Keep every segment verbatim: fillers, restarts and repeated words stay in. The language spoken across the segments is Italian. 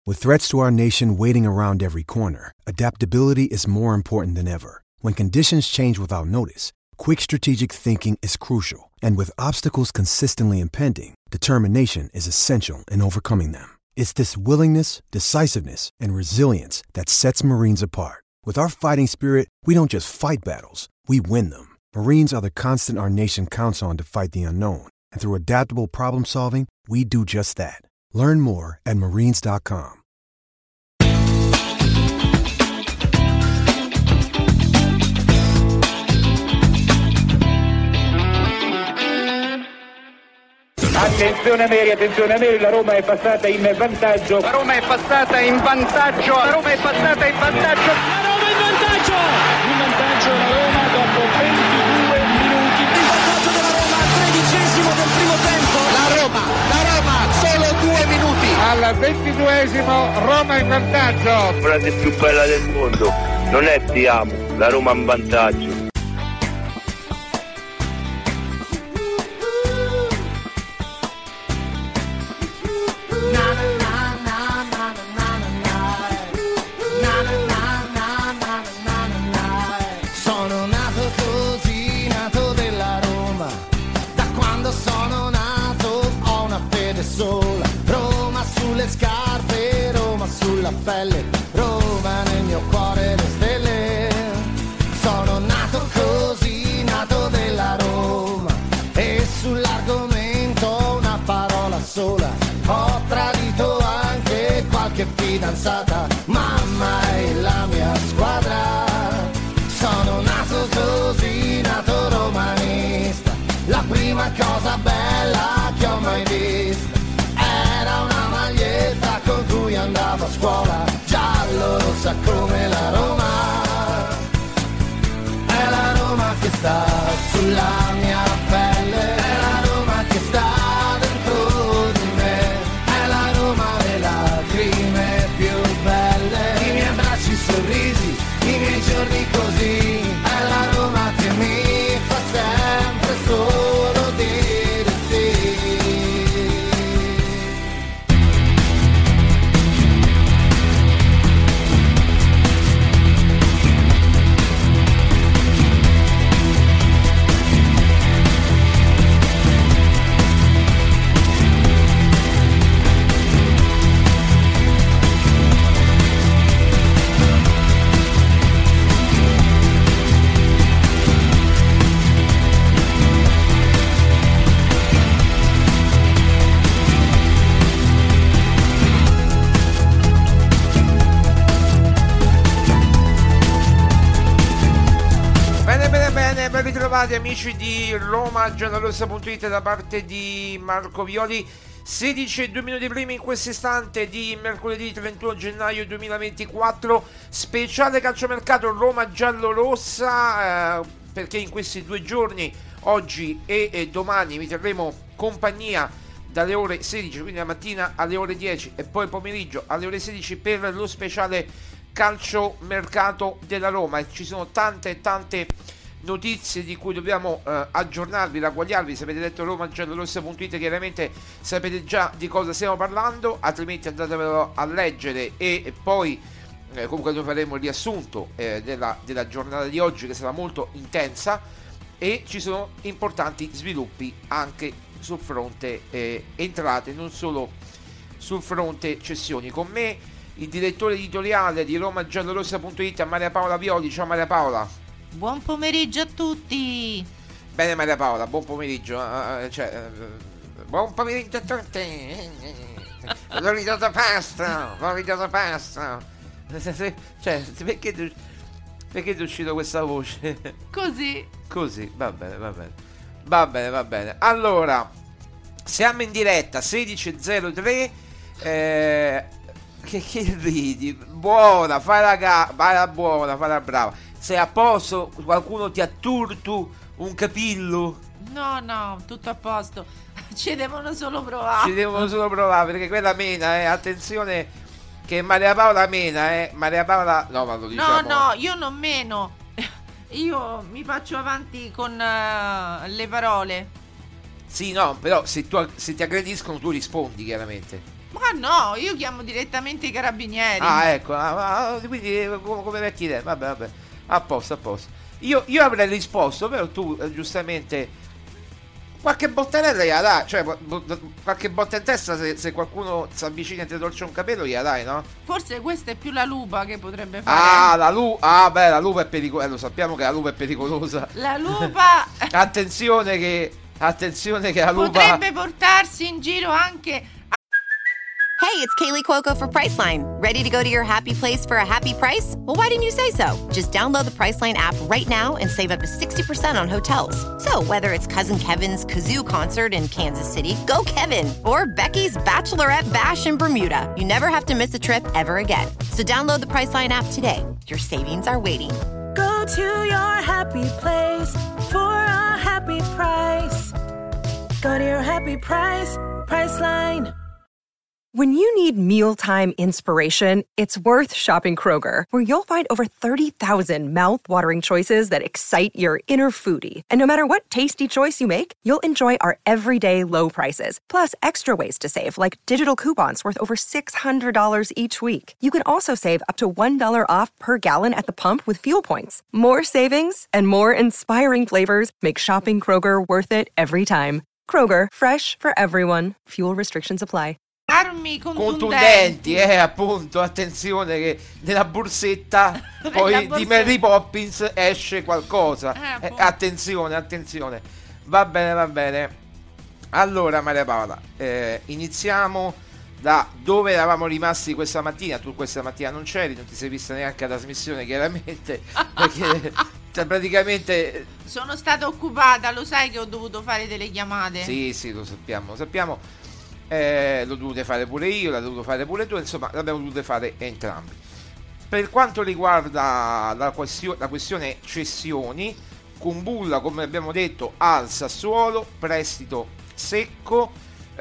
With threats to our nation waiting around every corner, adaptability is more important than ever. When conditions change without notice, quick strategic thinking is crucial. And with obstacles consistently impending, determination is essential in overcoming them. It's this willingness, decisiveness, and resilience that sets Marines apart. With our fighting spirit, we don't just fight battles, we win them. Marines are the constant our nation counts on to fight the unknown. And through adaptable problem solving, we do just that. Learn more at marines dot com. Attenzione Neri, attenzione Neri, la Roma è passata in vantaggio. La Roma è passata in vantaggio. La Roma è passata in vantaggio. La Roma in vantaggio. In vantaggio la Roma dopo ventidue minuti. Il vantaggio della Roma al tredicesimo del primo tempo. La Roma, la Roma, solo due minuti. Al ventiduesimo Roma in vantaggio. La frase più bella del mondo non è ti amo, la Roma in vantaggio. Pelle, Roma nel mio cuore le stelle. Sono nato così, nato della Roma. E sull'argomento una parola sola. Ho tradito anche qualche fidanzata. Mamma è la mia squadra. Sono nato così, nato romanista. La prima cosa bella che ho mai visto era una maglietta con cui andavo a scuola, giallo rossa come la Roma. È la Roma che sta sulla mia pelle, è la Roma che sta dentro di me, è la Roma delle lacrime più belle, i miei abbracci, sorrisi, i miei giorni così, è la Roma che mi fa sempre solo dire sì. Ben ritrovati amici di Roma Giallorossa punto it da parte di Marco Violi. Sedici e due minuti prima in questo istante di mercoledì trentuno gennaio duemilaventiquattro, speciale calciomercato Roma Giallorossa, eh, perché in questi due giorni, oggi e, e domani, vi terremo compagnia dalle ore sedici, quindi la mattina alle ore dieci e poi pomeriggio alle ore sedici per lo speciale calciomercato della Roma. E ci sono tante tante notizie di cui dobbiamo eh, aggiornarvi, ragguagliarvi. Se avete letto Roma Giallorossa punto it chiaramente sapete già di cosa stiamo parlando, altrimenti andatevelo a leggere. E, e poi eh, comunque noi faremo il riassunto eh, della, della giornata di oggi, che sarà molto intensa, e ci sono importanti sviluppi anche sul fronte eh, entrate, non solo sul fronte cessioni. Con me il direttore editoriale di Roma Giallorossa punto it, Maria Paola Violi. Ciao Maria Paola. Buon pomeriggio a tutti. Bene Maria Paola, buon pomeriggio. Uh, cioè, uh, buon pomeriggio a tutti. L'ho ridato pasta, l'ho ridato pasta. Cioè, perché, perché è uscita questa voce? Così. Così, va bene, va bene. Va bene, va bene. Allora, siamo in diretta sedici e zero tre. Eh, che, che ridi? Buona, fai la, ga- fai la buona, fai la brava. Sei a posto? Qualcuno ti ha turtu un capillo? No, no, tutto a posto. Ci devono solo provare. Ci devono solo provare, perché quella mena, eh, attenzione, che Maria Paola mena, eh. Maria Paola, no, ma lo diciamo. No, no, io non meno. Io mi faccio avanti con uh, le parole. Sì, no, però se, tu, se ti aggrediscono tu rispondi chiaramente. Ma no, io chiamo direttamente i carabinieri. Ah, ecco, ah, ah, quindi come, come vecchi tempi, vabbè, vabbè, a posto, a posto. Io, io avrei risposto, però tu eh, giustamente qualche bottarella gliela dai, cioè qualche botta in testa se, se qualcuno si avvicina e ti torce un capello gliela dai, no? Forse questa è più la lupa che potrebbe fare. Ah, la lupa, ah beh, la lupa è pericolosa, eh, lo sappiamo che la lupa è pericolosa. La lupa Attenzione che, attenzione che la lupa potrebbe portarsi in giro anche. Hey, it's Kaylee Cuoco for Priceline. Ready to go to your happy place for a happy price? Well, why didn't you say so? Just download the Priceline app right now and save up to sixty percent on hotels. So, whether it's Cousin Kevin's Kazoo Concert in Kansas City, go Kevin, or Becky's Bachelorette Bash in Bermuda, you never have to miss a trip ever again. So download the Priceline app today. Your savings are waiting. Go to your happy place for a happy price. Go to your happy price, Priceline. When you need mealtime inspiration, it's worth shopping Kroger, where you'll find over thirty thousand mouth-watering choices that excite your inner foodie. And no matter what tasty choice you make, you'll enjoy our everyday low prices, plus extra ways to save, like digital coupons worth over six hundred dollars each week. You can also save up to one dollar off per gallon at the pump with fuel points. More savings and more inspiring flavors make shopping Kroger worth it every time. Kroger, fresh for everyone. Fuel restrictions apply. Armi contundenti. contundenti, eh, appunto, attenzione che nella borsetta poi borsetta. di Mary Poppins esce qualcosa. Eh, eh, attenzione, attenzione. Va bene, va bene. Allora, Maria Paola, eh, iniziamo da dove eravamo rimasti questa mattina. Tu questa mattina non c'eri, non ti sei vista neanche la trasmissione, chiaramente, perché cioè, praticamente sono stata occupata, lo sai che ho dovuto fare delle chiamate. Sì, sì, lo sappiamo, lo sappiamo. Eh, l'ho dovuto fare pure io, l'ho dovuto fare pure tu, insomma l'abbiamo dovuto fare entrambi. Per quanto riguarda la, questio- la questione cessioni, Kumbulla, come abbiamo detto, al Sassuolo, prestito secco,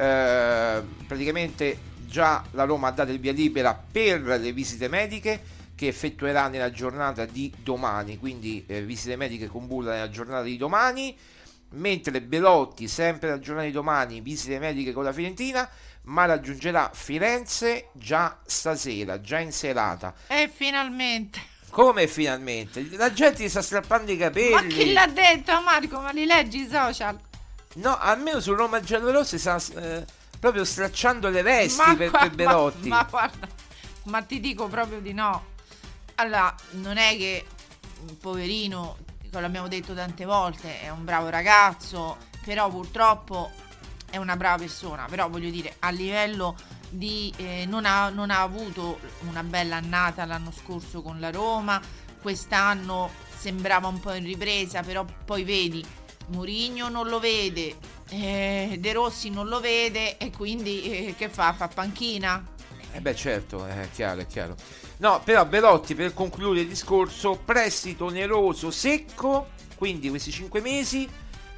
eh, praticamente già la Roma ha dato il via libera per le visite mediche che effettuerà nella giornata di domani, quindi eh, visite mediche Kumbulla nella giornata di domani. Mentre Belotti, sempre la giornata di domani, visite mediche con la Fiorentina, ma raggiungerà Firenze già stasera, già in serata. E finalmente. Come finalmente? La gente si sta strappando i capelli. Ma chi l'ha detto, Marco? Ma li leggi i social? No, almeno su Roma Giallorossi sta eh, proprio stracciando le vesti ma per, qua, per Belotti. Ma, ma guarda, ma ti dico proprio di no. Allora, non è che poverino, l'abbiamo detto tante volte, è un bravo ragazzo, però purtroppo è una brava persona, però voglio dire, a livello di eh, non, ha, non ha avuto una bella annata l'anno scorso con la Roma, quest'anno sembrava un po' in ripresa, però poi vedi Mourinho non lo vede, eh, De Rossi non lo vede e quindi eh, che fa? Fa panchina? Eh beh certo, è chiaro, è chiaro. No, però Belotti, per concludere il discorso, prestito oneroso secco, quindi questi cinque mesi,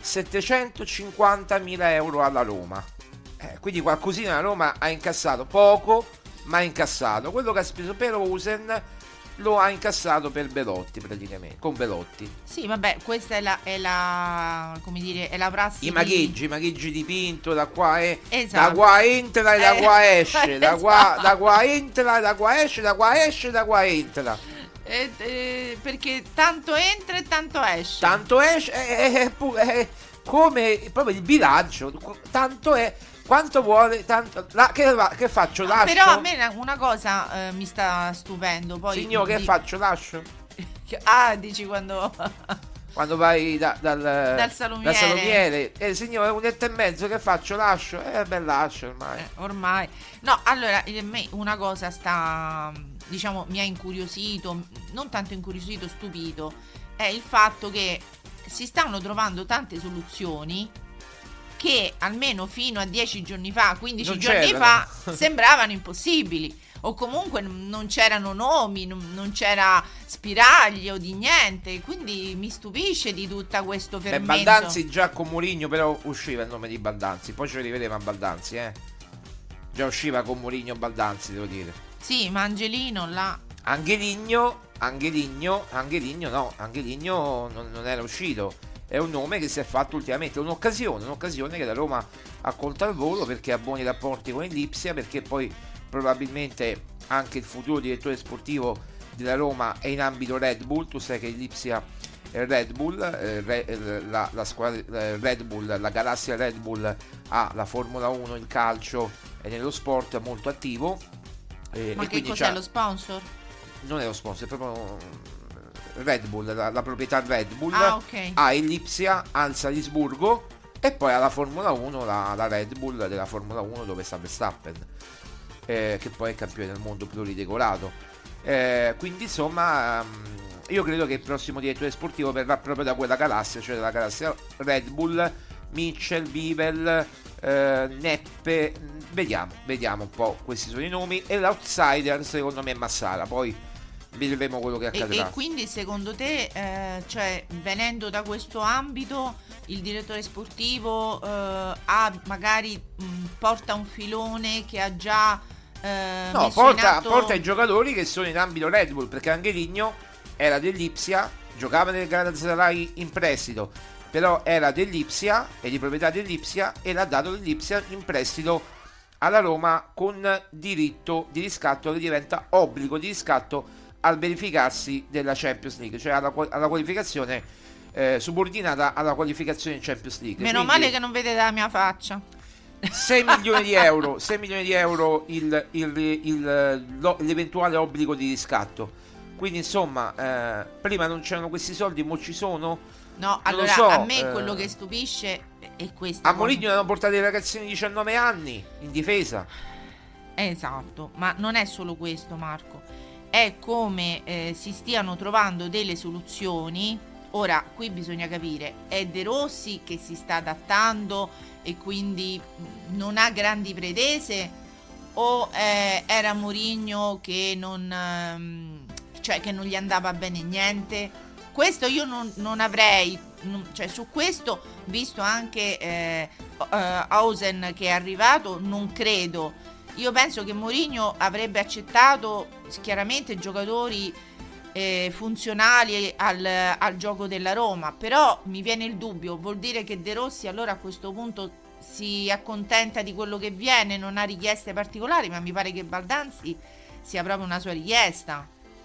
settecentocinquantamila euro alla Roma. Eh, quindi qualcosina la Roma ha incassato, poco, ma ha incassato. Quello che ha speso per Rosen lo ha incassato per Belotti, praticamente, con Belotti. Sì, vabbè, questa è la, è la come dire, è la prassi. I magheggi, i magheggi di Pinto, da qua è, esatto. Da qua entra e da eh, qua esce, da, esatto. qua, da qua entra, da qua esce, da qua esce, da qua entra. Eh, eh, perché tanto entra e tanto esce. Tanto esce, è, è, è, è come proprio il bilancio, tanto è. Quanto vuole, tanto la, che, che faccio? Lascio? Però a me una cosa eh, mi sta stupendo. Poi signor, che di... faccio? Lascio? Ah, dici quando quando vai da, dal, dal salumiere, dal salumiere. Eh signore, un etto e mezzo, che faccio? Lascio? Eh beh, lascio ormai. Eh, ormai. No, allora, a me una cosa sta, diciamo, mi ha incuriosito, non tanto incuriosito, stupito, è il fatto che si stanno trovando tante soluzioni che almeno fino a dieci giorni fa, quindici non giorni c'erano. fa sembravano impossibili, o comunque non c'erano nomi, non c'era spiraglio di niente, quindi mi stupisce di tutta questo fermento. Beh, Baldanzi già con Mourinho però usciva il nome di Baldanzi, poi ce lo rivedeva a Baldanzi, eh. Già usciva con Mourinho Baldanzi, devo dire. Sì, ma Angelino là. Angeligno, Angeligno, Angeligno no, Angeligno non, non era uscito. è un nome che si è fatto ultimamente, un'occasione, un'occasione che la Roma ha colto al volo perché ha buoni rapporti con il Lipsia, perché poi probabilmente anche il futuro direttore sportivo della Roma è in ambito Red Bull. Tu sai che il Lipsia è Red Bull, eh, re, la, la squadra eh, Red Bull, la galassia Red Bull ha la Formula uno, il calcio e nello sport molto attivo. Eh, Ma e che cos'è lo sponsor? Non è lo sponsor, è proprio Red Bull, la, la proprietà Red Bull. Ah, ok. Ha il Lipsia, ha il Salisburgo e poi ha la Formula uno, la, la Red Bull della Formula uno dove sta Verstappen, eh, che poi è campione del mondo pluridecorato. Eh, quindi insomma io credo che il prossimo direttore sportivo verrà proprio da quella galassia, cioè dalla galassia Red Bull. Mitchell, Bibel, eh, Neppe, vediamo, vediamo un po', questi sono i nomi, e l'outsider secondo me è Massara, poi vedremo quello che accadrà. E, e quindi secondo te, eh, cioè venendo da questo ambito, il direttore sportivo eh, ha magari mh, porta un filone che ha già eh, no, messo porta, in atto... porta i giocatori che sono in ambito Red Bull, perché anche Rigno era dell'Ipsia, giocava nel Galatasaray in prestito, però era dell'Ipsia e di proprietà dell'Ipsia, e l'ha dato dell'Ipsia in prestito alla Roma con diritto di riscatto che diventa obbligo di riscatto al verificarsi della Champions League, cioè alla, alla qualificazione eh, subordinata alla qualificazione in Champions League. Meno Quindi, male che non vedete la mia faccia. sei milioni di euro, sei milioni di euro il, il, il, lo, l'eventuale obbligo di riscatto. Quindi insomma, eh, prima non c'erano questi soldi, mo ci sono. No, non allora so, a me eh, quello che stupisce è questo. A Mourinho hanno portato i ragazzini di diciannove anni in difesa. Esatto, ma non è solo questo, Marco. È come eh, si stiano trovando delle soluzioni. Ora, qui bisogna capire, è De Rossi che si sta adattando e quindi non ha grandi pretese, o eh, era Mourinho che non, ehm, cioè che non gli andava bene niente? Questo io non, non avrei, non, cioè su questo, visto anche eh, uh, Hausen che è arrivato, non credo. Io penso che Mourinho avrebbe accettato chiaramente giocatori eh, funzionali al, al gioco della Roma, però mi viene il dubbio, vuol dire che De Rossi allora a questo punto si accontenta di quello che viene, non ha richieste particolari, ma mi pare che Baldanzi sia proprio una sua richiesta.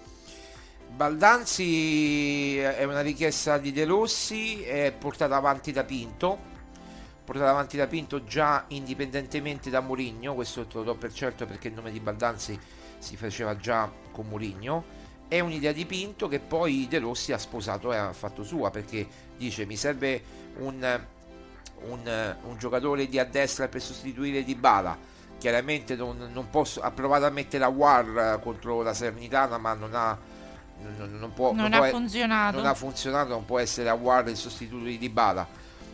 Baldanzi è una richiesta di De Rossi, è portata avanti da Pinto, portata avanti da Pinto già indipendentemente da Mourinho, questo te lo do per certo perché il nome di Baldanzi si faceva già con Mourinho. È un'idea di Pinto che poi De Rossi ha sposato e ha fatto sua, perché dice mi serve un, un, un giocatore di a destra per sostituire Dybala. Chiaramente non, non posso, ha provato a mettere a War contro la Salernitana, ma non ha Non, non, può, non, non, ha può, funzionato. non ha funzionato, non può essere Aouar il sostituto di Dybala.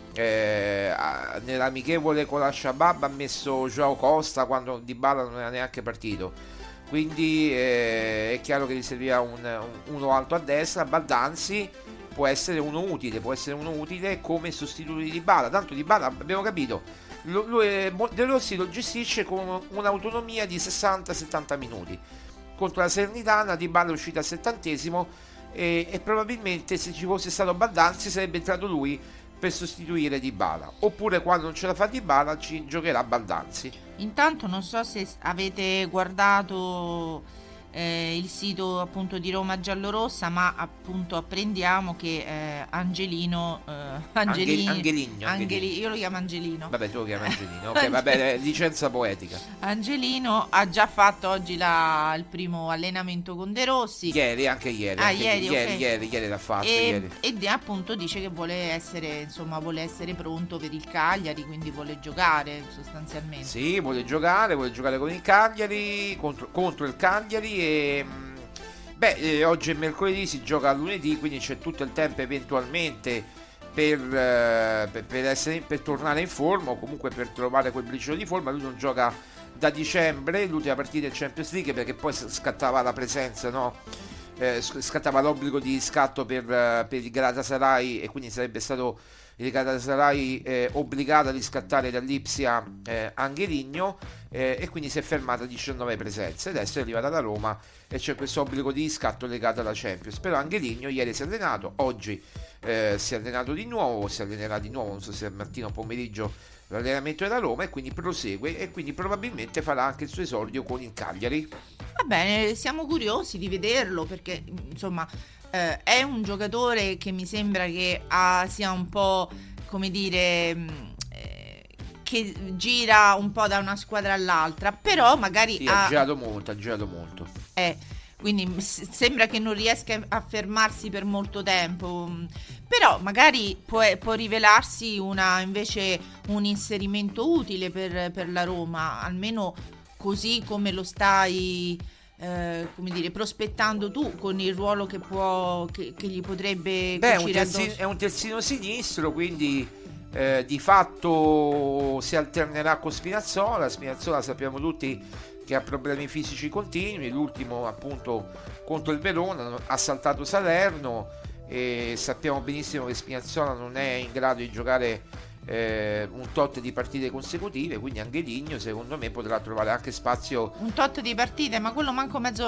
Eh, nell'amichevole con la Shabab ha messo Joao Costa quando Dybala non era neanche partito, quindi eh, è chiaro che gli serviva un, un, uno alto a destra. Baldanzi può essere uno utile, può essere uno utile come sostituto di Dybala, tanto Dybala abbiamo capito, lui, lui, De Rossi lo gestisce con un'autonomia di sessanta settanta minuti. Contro la Salernitana Dybala è uscito al settantesimo e, e probabilmente se ci fosse stato Baldanzi sarebbe entrato lui per sostituire Dybala, oppure quando non ce la fa Dybala ci giocherà Baldanzi. Intanto non so se avete guardato eh, il sito appunto di Roma Giallorossa, ma appunto apprendiamo che eh, Angelino eh, Angelini, Angeligno, Angeli, io lo chiamo Angelino. Vabbè, tu lo chiami Angelino. Ok, vabbè, licenza poetica. Angelino ha già fatto oggi la, il primo allenamento con De Rossi. Ieri, anche ieri. Ah, anche ieri, ieri, okay. ieri, ieri l'ha fatto. E, ieri. e appunto dice che vuole essere, insomma, vuole essere pronto per il Cagliari, quindi vuole giocare sostanzialmente. Sì, vuole giocare, vuole giocare con il Cagliari, contro, contro il Cagliari e... Beh, eh, oggi è mercoledì, si gioca a lunedì, quindi c'è tutto il tempo eventualmente per, eh, per, per, essere, per tornare in forma o comunque per trovare quel briciolo di forma. Lui non gioca da dicembre, l'ultima partita in Champions League, perché poi scattava la presenza, no? eh, scattava l'obbligo di riscatto per, per il Galatasaray, e quindi sarebbe stato il Galatasaray eh, obbligato a riscattare dall'Ipsia eh, Angeligno, eh, e quindi si è fermata a diciannove presenze. Adesso è arrivata la Roma e c'è questo obbligo di riscatto legato alla Champions. Però Angeligno ieri si è allenato, oggi eh, si è allenato di nuovo, si allenerà di nuovo, non so se è mattina o pomeriggio l'allenamento della Roma, e quindi prosegue, e quindi probabilmente farà anche il suo esordio con il Cagliari. Va bene, siamo curiosi di vederlo, perché insomma eh, è un giocatore che mi sembra che ha, sia un po', come dire, eh, che gira un po' da una squadra all'altra, però magari sì, ha ha girato molto, ha girato molto. Eh, quindi s- sembra che non riesca a fermarsi per molto tempo, però magari può, può rivelarsi una, invece un inserimento utile per, per la Roma, almeno così come lo stai eh, come dire, prospettando tu, con il ruolo che può che, che gli potrebbe Beh, è un, cucire terzino, addosso. è un terzino sinistro, quindi eh, di fatto si alternerà con Spinazzola. Spinazzola sappiamo tutti che ha problemi fisici continui, l'ultimo appunto contro il Verona, ha saltato Salerno, e sappiamo benissimo che Spinazzola non è in grado di giocare eh, un tot di partite consecutive, quindi Angeligno secondo me potrà trovare anche spazio. Un tot di partite, ma quello manco mezzo,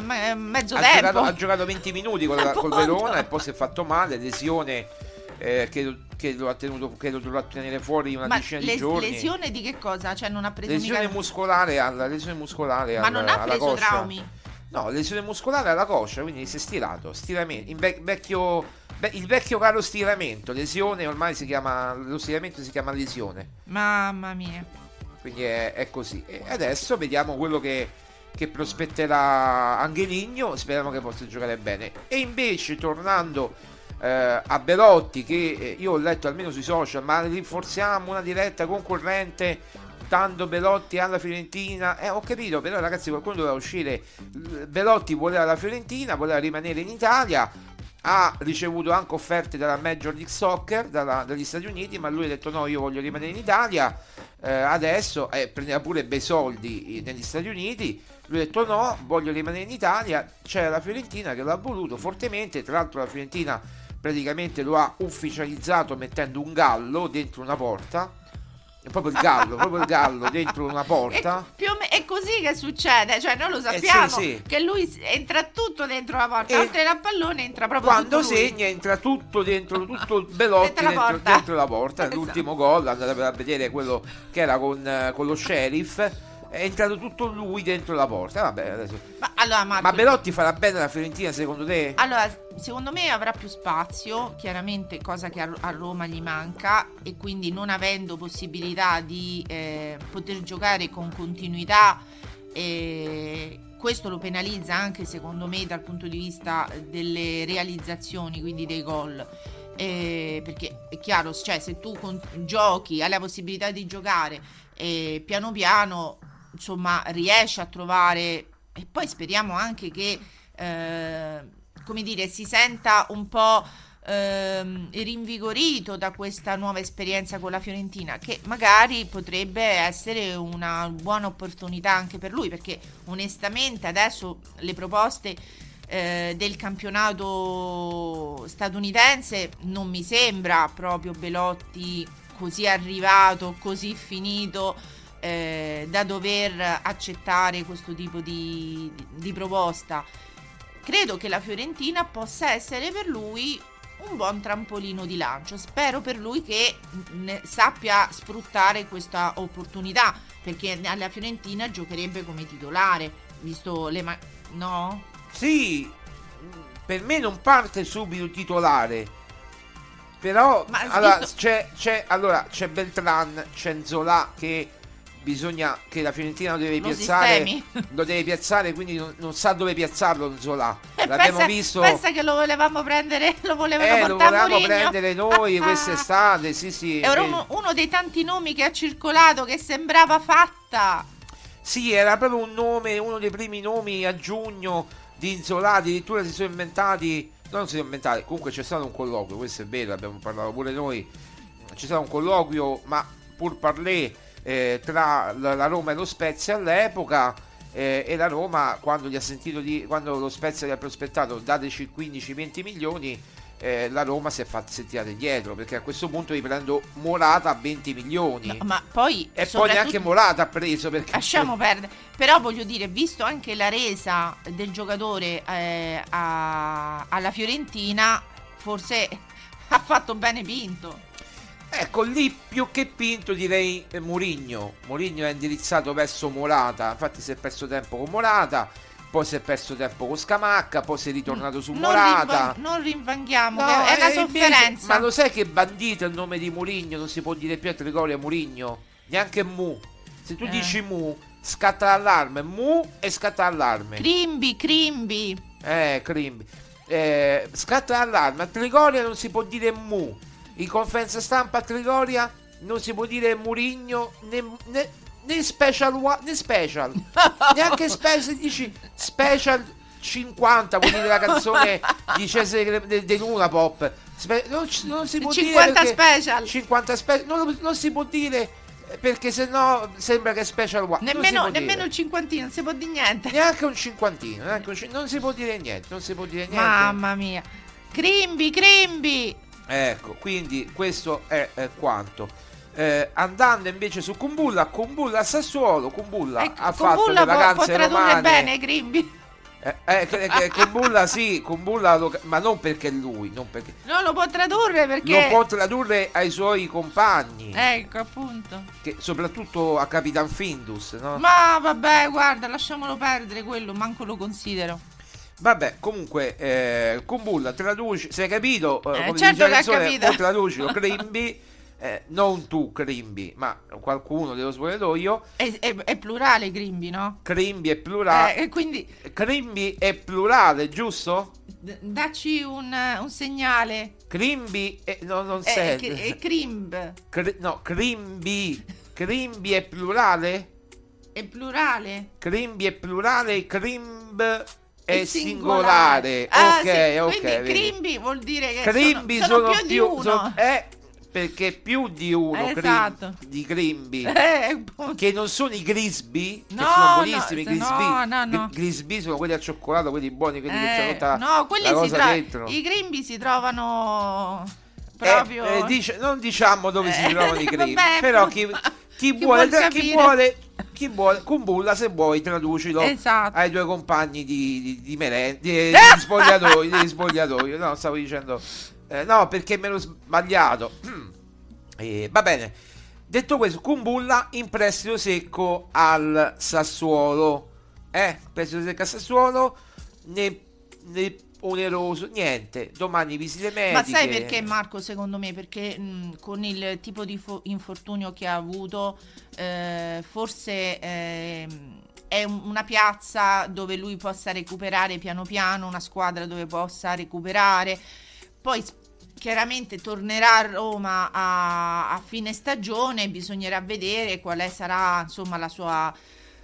mezzo ha tempo. Giocato, ha giocato venti minuti con la, col Verona, e poi si è fatto male, lesione eh, che, che lo ha tenuto, che lo dovrà tenere fuori una Ma decina les- di giorni. lesione di che cosa? Cioè non ha preso Lesione mica... muscolare alla lesione muscolare Ma alla, non ha alla preso coscia. traumi? No, lesione muscolare alla coscia, quindi si è stirato, stiramento, in vec- vecchio, be- il vecchio caro stiramento, lesione ormai si chiama, lo stiramento si chiama lesione. Mamma mia. Quindi è, è così. E adesso vediamo quello che, che prospetterà Angeligno, speriamo che possa giocare bene. E invece tornando eh, a Belotti, che eh, io ho letto almeno sui social, ma rinforziamo una diretta concorrente dando Belotti alla Fiorentina. Eh, ho capito, però ragazzi, qualcuno doveva uscire. Belotti voleva la Fiorentina, voleva rimanere in Italia, ha ricevuto anche offerte dalla Major League Soccer, dalla, dagli Stati Uniti, ma lui ha detto no, io voglio rimanere in Italia. Eh, adesso eh, prendeva pure bei soldi negli Stati Uniti. Lui ha detto no, voglio rimanere in Italia. C'è la Fiorentina che l'ha voluto fortemente, tra l'altro la Fiorentina praticamente lo ha ufficializzato mettendo un gallo dentro una porta. È proprio il gallo, proprio il gallo dentro una porta. È, più o me- è così che succede, cioè noi lo sappiamo, eh sì, sì. che lui entra tutto dentro la porta, E oltre al pallone entra proprio quando tutto lui. segna entra tutto dentro, tutto Belotti Dentro la dentro, porta. dentro la porta. Esatto. L'ultimo gol, andate a vedere quello che era con, con lo Sheriff, è entrato tutto lui dentro la porta. Vabbè, adesso. Ma, allora, Marco, Ma Belotti farà bene la Fiorentina secondo te? Allora, secondo me avrà più spazio, chiaramente, cosa che a, a Roma gli manca, e quindi non avendo possibilità di eh, poter giocare con continuità, eh, questo lo penalizza anche secondo me dal punto di vista delle realizzazioni, quindi dei gol. Eh, perché è chiaro, cioè se tu con, giochi, hai la possibilità di giocare e piano piano insomma riesci a trovare, e poi speriamo anche che eh, come dire, si senta un po' ehm, rinvigorito da questa nuova esperienza con la Fiorentina, che magari potrebbe essere una buona opportunità anche per lui, perché onestamente adesso le proposte eh, del campionato statunitense non mi sembra proprio Belotti così arrivato, così finito eh, da dover accettare questo tipo di, di proposta. Credo che la Fiorentina possa essere per lui un buon trampolino di lancio. Spero per lui che ne sappia sfruttare questa opportunità, perché alla Fiorentina giocherebbe come titolare, visto le ma- no? Sì, per me non parte subito titolare, però Ma allora, visto- c'è, c'è, allora, c'è Beltran, c'è Nzola che bisogna che la Fiorentina lo deve Lo piazzare, sistemi. lo deve piazzare, quindi non, non sa dove piazzarlo Nzola. Eh, L'abbiamo pensa, visto, pensa che lo volevamo prendere, lo volevano eh, lo portare a volevamo Mourinho. prendere noi quest'estate, sì sì. Era eh, uno, uno dei tanti nomi che ha circolato, che sembrava fatta. Sì, era proprio un nome, uno dei primi nomi a giugno di Nzola, addirittura si sono inventati, non si sono inventati, comunque c'è stato un colloquio, questo è vero, abbiamo parlato pure noi, c'è stato un colloquio, ma pur parlé, eh, tra la, la Roma e lo Spezia all'epoca, eh, e la Roma quando gli ha sentito di, quando lo Spezia gli ha prospettato dateci quindici venti milioni, eh, la Roma si è fatta sentire dietro, perché a questo punto riprendo Morata a venti milioni, no, ma poi e poi neanche Morata ha preso, perché lasciamo perdere. Però voglio dire, visto anche la resa del giocatore eh, a, alla Fiorentina, forse ha fatto bene Pinto. Ecco, lì più che Pinto direi eh, Mourinho. Mourinho è indirizzato verso Morata, infatti si è perso tempo con Morata, poi si è perso tempo con Scamacca, poi si è ritornato su non Morata. Rinvan- non rinvanghiamo, No, che è una eh, sofferenza. invece, ma lo sai che bandito il nome di Mourinho? Non si può dire più a Trigoria Mourinho, neanche Mu. Se tu Eh. dici Mu, scatta l'allarme. Mu e scatta l'allarme. Crimbi, Crimbi. Eh, Crimbi. Eh, scatta l'allarme. A Trigoria non si può dire Mu. In conferenza stampa a Trigoria non si può dire Mourinho né, né, né special wa- né special. Neanche special. Se dici special cinquanta, vuol dire la canzone di Cesare De, De Luna Pop. Spe- non, non si può cinquanta dire special. cinquanta special. Non, non si può dire, perché sennò sembra che è special one. Nemmeno, nemmeno il cinquantino, non si può dire niente. Neanche un cinquantino, neanche un cin- non si può dire niente, non si può dire niente. Mamma mia. Crimbi, Crimbi. Ecco, quindi questo è, è quanto. Eh, andando invece su Kumbulla, Kumbulla a Sassuolo, Kumbulla Ecco, ha Kumbulla fatto le può, vacanze può tradurre romane. bene Crimbi. Eh, eh, che- che- Kumbulla sì, Kumbulla lo- ma non perché è lui, non perché Non lo può tradurre perché lo può tradurre ai suoi compagni, ecco appunto. che soprattutto a Capitan Findus, no? Ma vabbè, guarda, lasciamolo perdere quello, manco lo considero. Vabbè, comunque, eh, Kumbulla traduci, se hai capito, eh, Eh, come certo dice la che ha canzone, capito. o traducilo Crimbi, eh, non tu Crimbi, ma qualcuno dello spogliatoio. È, è, è plurale Crimbi, no? Crimbi è plurale. Eh, e quindi Crimbi è plurale, giusto? d- dacci un, un segnale. Crimbi è, no, non È, serve. è, è Crimb. Cri- no, Crimbi. Crimbi è plurale? È plurale. Crimbi è plurale, Crimb è, È singolare. singolare. Ah, ok, sì, ok. quindi vedi. Crimbi vuol dire che Crimbi sono, sono sono, più di più, uno. sono- eh, perché più di uno Eh, Crim- esatto. di Crimbi, Eh, appunto. che non sono i Grisby, che No, sono buonissimi. no, Grisby, no, no, no. Gr- Grisby sono quelli al cioccolato, quelli buoni, quelli che c'hanno Eh, tutta no, quelli la si cosa trovano. dentro. I Crimbi si trovano proprio. Eh, eh, dice- non diciamo dove si Eh, trovano i Crimbi, vabbè, però chi- chi, chi, chi vuole, vuol tra- chi capire. vuole, chi vuole, Kumbulla, se vuoi traducilo Esatto. ai tuoi compagni di, di, di merenda, di, di spogliatoio, di spogliatoio. No, stavo dicendo, eh, no, perché me l'ho sbagliato. Eh, va bene. Detto questo, Kumbulla in prestito secco al Sassuolo. Eh, prestito secco al Sassuolo, né, né oneroso, niente. Domani visite mediche. Ma sai perché, Marco? Secondo me perché mh, con il tipo di fo- infortunio che ha avuto, eh, forse ehm, è un- una piazza dove lui possa recuperare piano piano, una squadra dove possa recuperare. Poi s- chiaramente tornerà a Roma a, a fine stagione, bisognerà vedere quale sarà, insomma, la sua,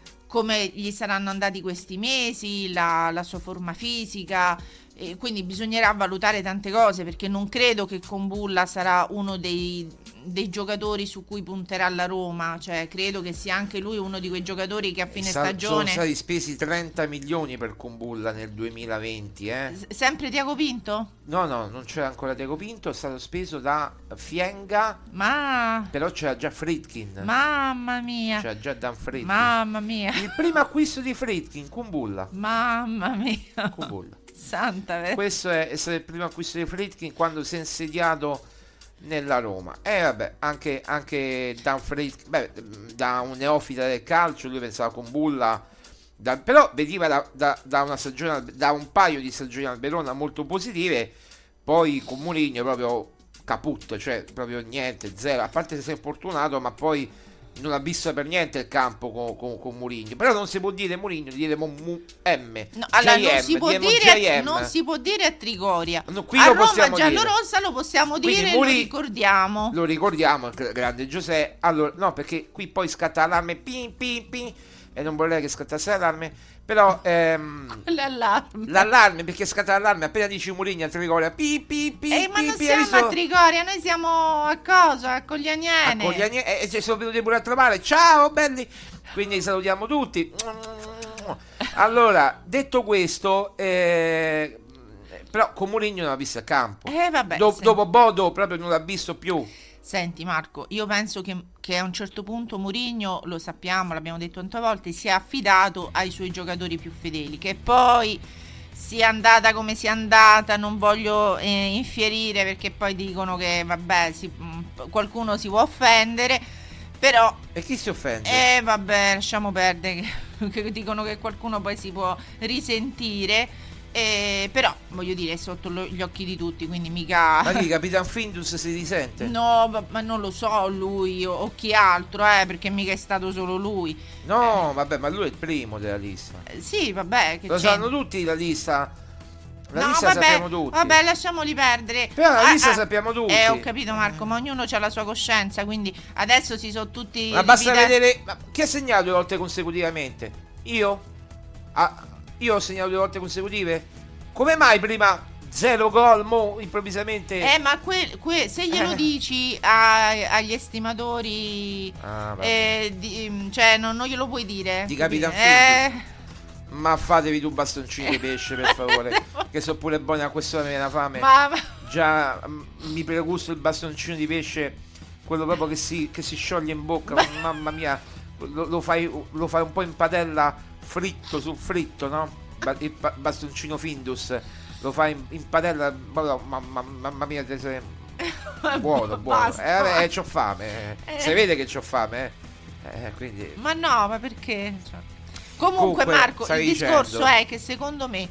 come gli saranno andati questi mesi, la, la sua forma fisica, e quindi bisognerà valutare tante cose, perché non credo che Kumbulla sarà uno dei, dei giocatori su cui punterà la Roma, cioè credo che sia anche lui uno di quei giocatori che a fine Sa- stagione sono stati spesi trenta milioni per Kumbulla nel duemilaventi, eh? S- sempre Tiago Pinto? No, no, non c'era ancora Diego Pinto, è stato speso da Fienga, Ma però c'era già Friedkin. mamma mia, C'era già Dan Friedkin. mamma mia, Il primo acquisto di Friedkin, Kumbulla. mamma mia, Kumbulla. santa ver- Questo è, è stato il primo acquisto di Friedkin quando si è insediato nella Roma. E vabbè, anche, anche Dan Friedkin, beh, da un neofita del calcio, lui pensava a Kumbulla, da, però veniva da, da, da una stagione, al- da un paio di stagioni al Verona molto positive, poi con Mourinho proprio caput, cioè proprio niente, zero, a parte se si è infortunato, ma poi non ha visto per niente il campo con, con, con Mourinho. Però non si può dire Mourinho, dire mo, mu, M. No, allora J M, non si, può diremo dire, J M. non si può dire a Trigoria. No, qui a lo Roma possiamo dire. giallorossa lo possiamo Quindi dire, Muri- lo ricordiamo. Lo ricordiamo, il gra- grande Giuseppe. Allora, no, perché qui poi scatta l'allarme, pin, pin, pin, e non vorrei che scattasse l'allarme. Però ehm, L'allarme. l'allarme, perché scatta l'allarme appena dici Mourinho a Trigoria, pi, pi, pi, Eh, ma pi, non pi, siamo adesso- a Trigoria, noi siamo a cosa? A Coglianiene. con gli agne- e ci sono venuti pure a trovare. Ciao belli, quindi salutiamo tutti. Allora, detto questo, eh, però con Mourinho non l'ha visto a campo. Eh, vabbè, Do- sì. Dopo Bodo proprio non l'ha visto più. Senti Marco, io penso che, che a un certo punto Mourinho, lo sappiamo, l'abbiamo detto tante volte, si è affidato ai suoi giocatori più fedeli, che poi sia andata come sia andata, non voglio eh, infierire perché poi dicono che vabbè si, mh, qualcuno si può offendere, però... E chi si offende? Eh vabbè, lasciamo perdere, che, che dicono che qualcuno poi si può risentire. Eh, però voglio dire è sotto lo, gli occhi di tutti, quindi mica. Ma chi, Capitan Findus si risente? No, ma, ma non lo so lui o, o chi altro, eh, perché mica è stato solo lui. No, eh. vabbè, ma lui è il primo della lista. Eh, sì, vabbè, che lo c'è? sanno tutti la lista. La no, lista vabbè, sappiamo tutti. Vabbè, lasciamoli perdere. Però la ah, lista ah, sappiamo tutti. Eh, ho capito Marco, ma ognuno ha la sua coscienza, quindi adesso si sono tutti. Ma basta rivida- vedere. Ma chi ha segnato due volte consecutivamente? Io? Ah, io ho segnato due volte consecutive? Come mai prima zero gol, mo improvvisamente? Eh, ma que, que, se glielo Eh. dici a- agli estimatori, Ah, vabbè. eh, di- cioè non, non glielo puoi dire. Di Capitan eh, Findus. Ma fatevi tu bastoncini di pesce per favore, che sono pure buoni, a quest'ora mi viene una fame. ma, ma- Già mm, mi pregusto il bastoncino di pesce, quello proprio che si, che si scioglie in bocca. Ma... mamma mia, lo, lo, fai, lo fai un po' in padella, fritto sul fritto, no? Ba- il ba- bastoncino Findus lo fai in, in padella, mamma, mamma, mamma mia, te sei... buono, buono. Basta. Eh, vabbè, eh, c'ho fame, eh. Eh. Si vede che c'ho fame, eh. Eh, quindi... ma no, ma perché? Cioè, Comunque, Comunque, Marco, il stavi discorso dicendo. è che secondo me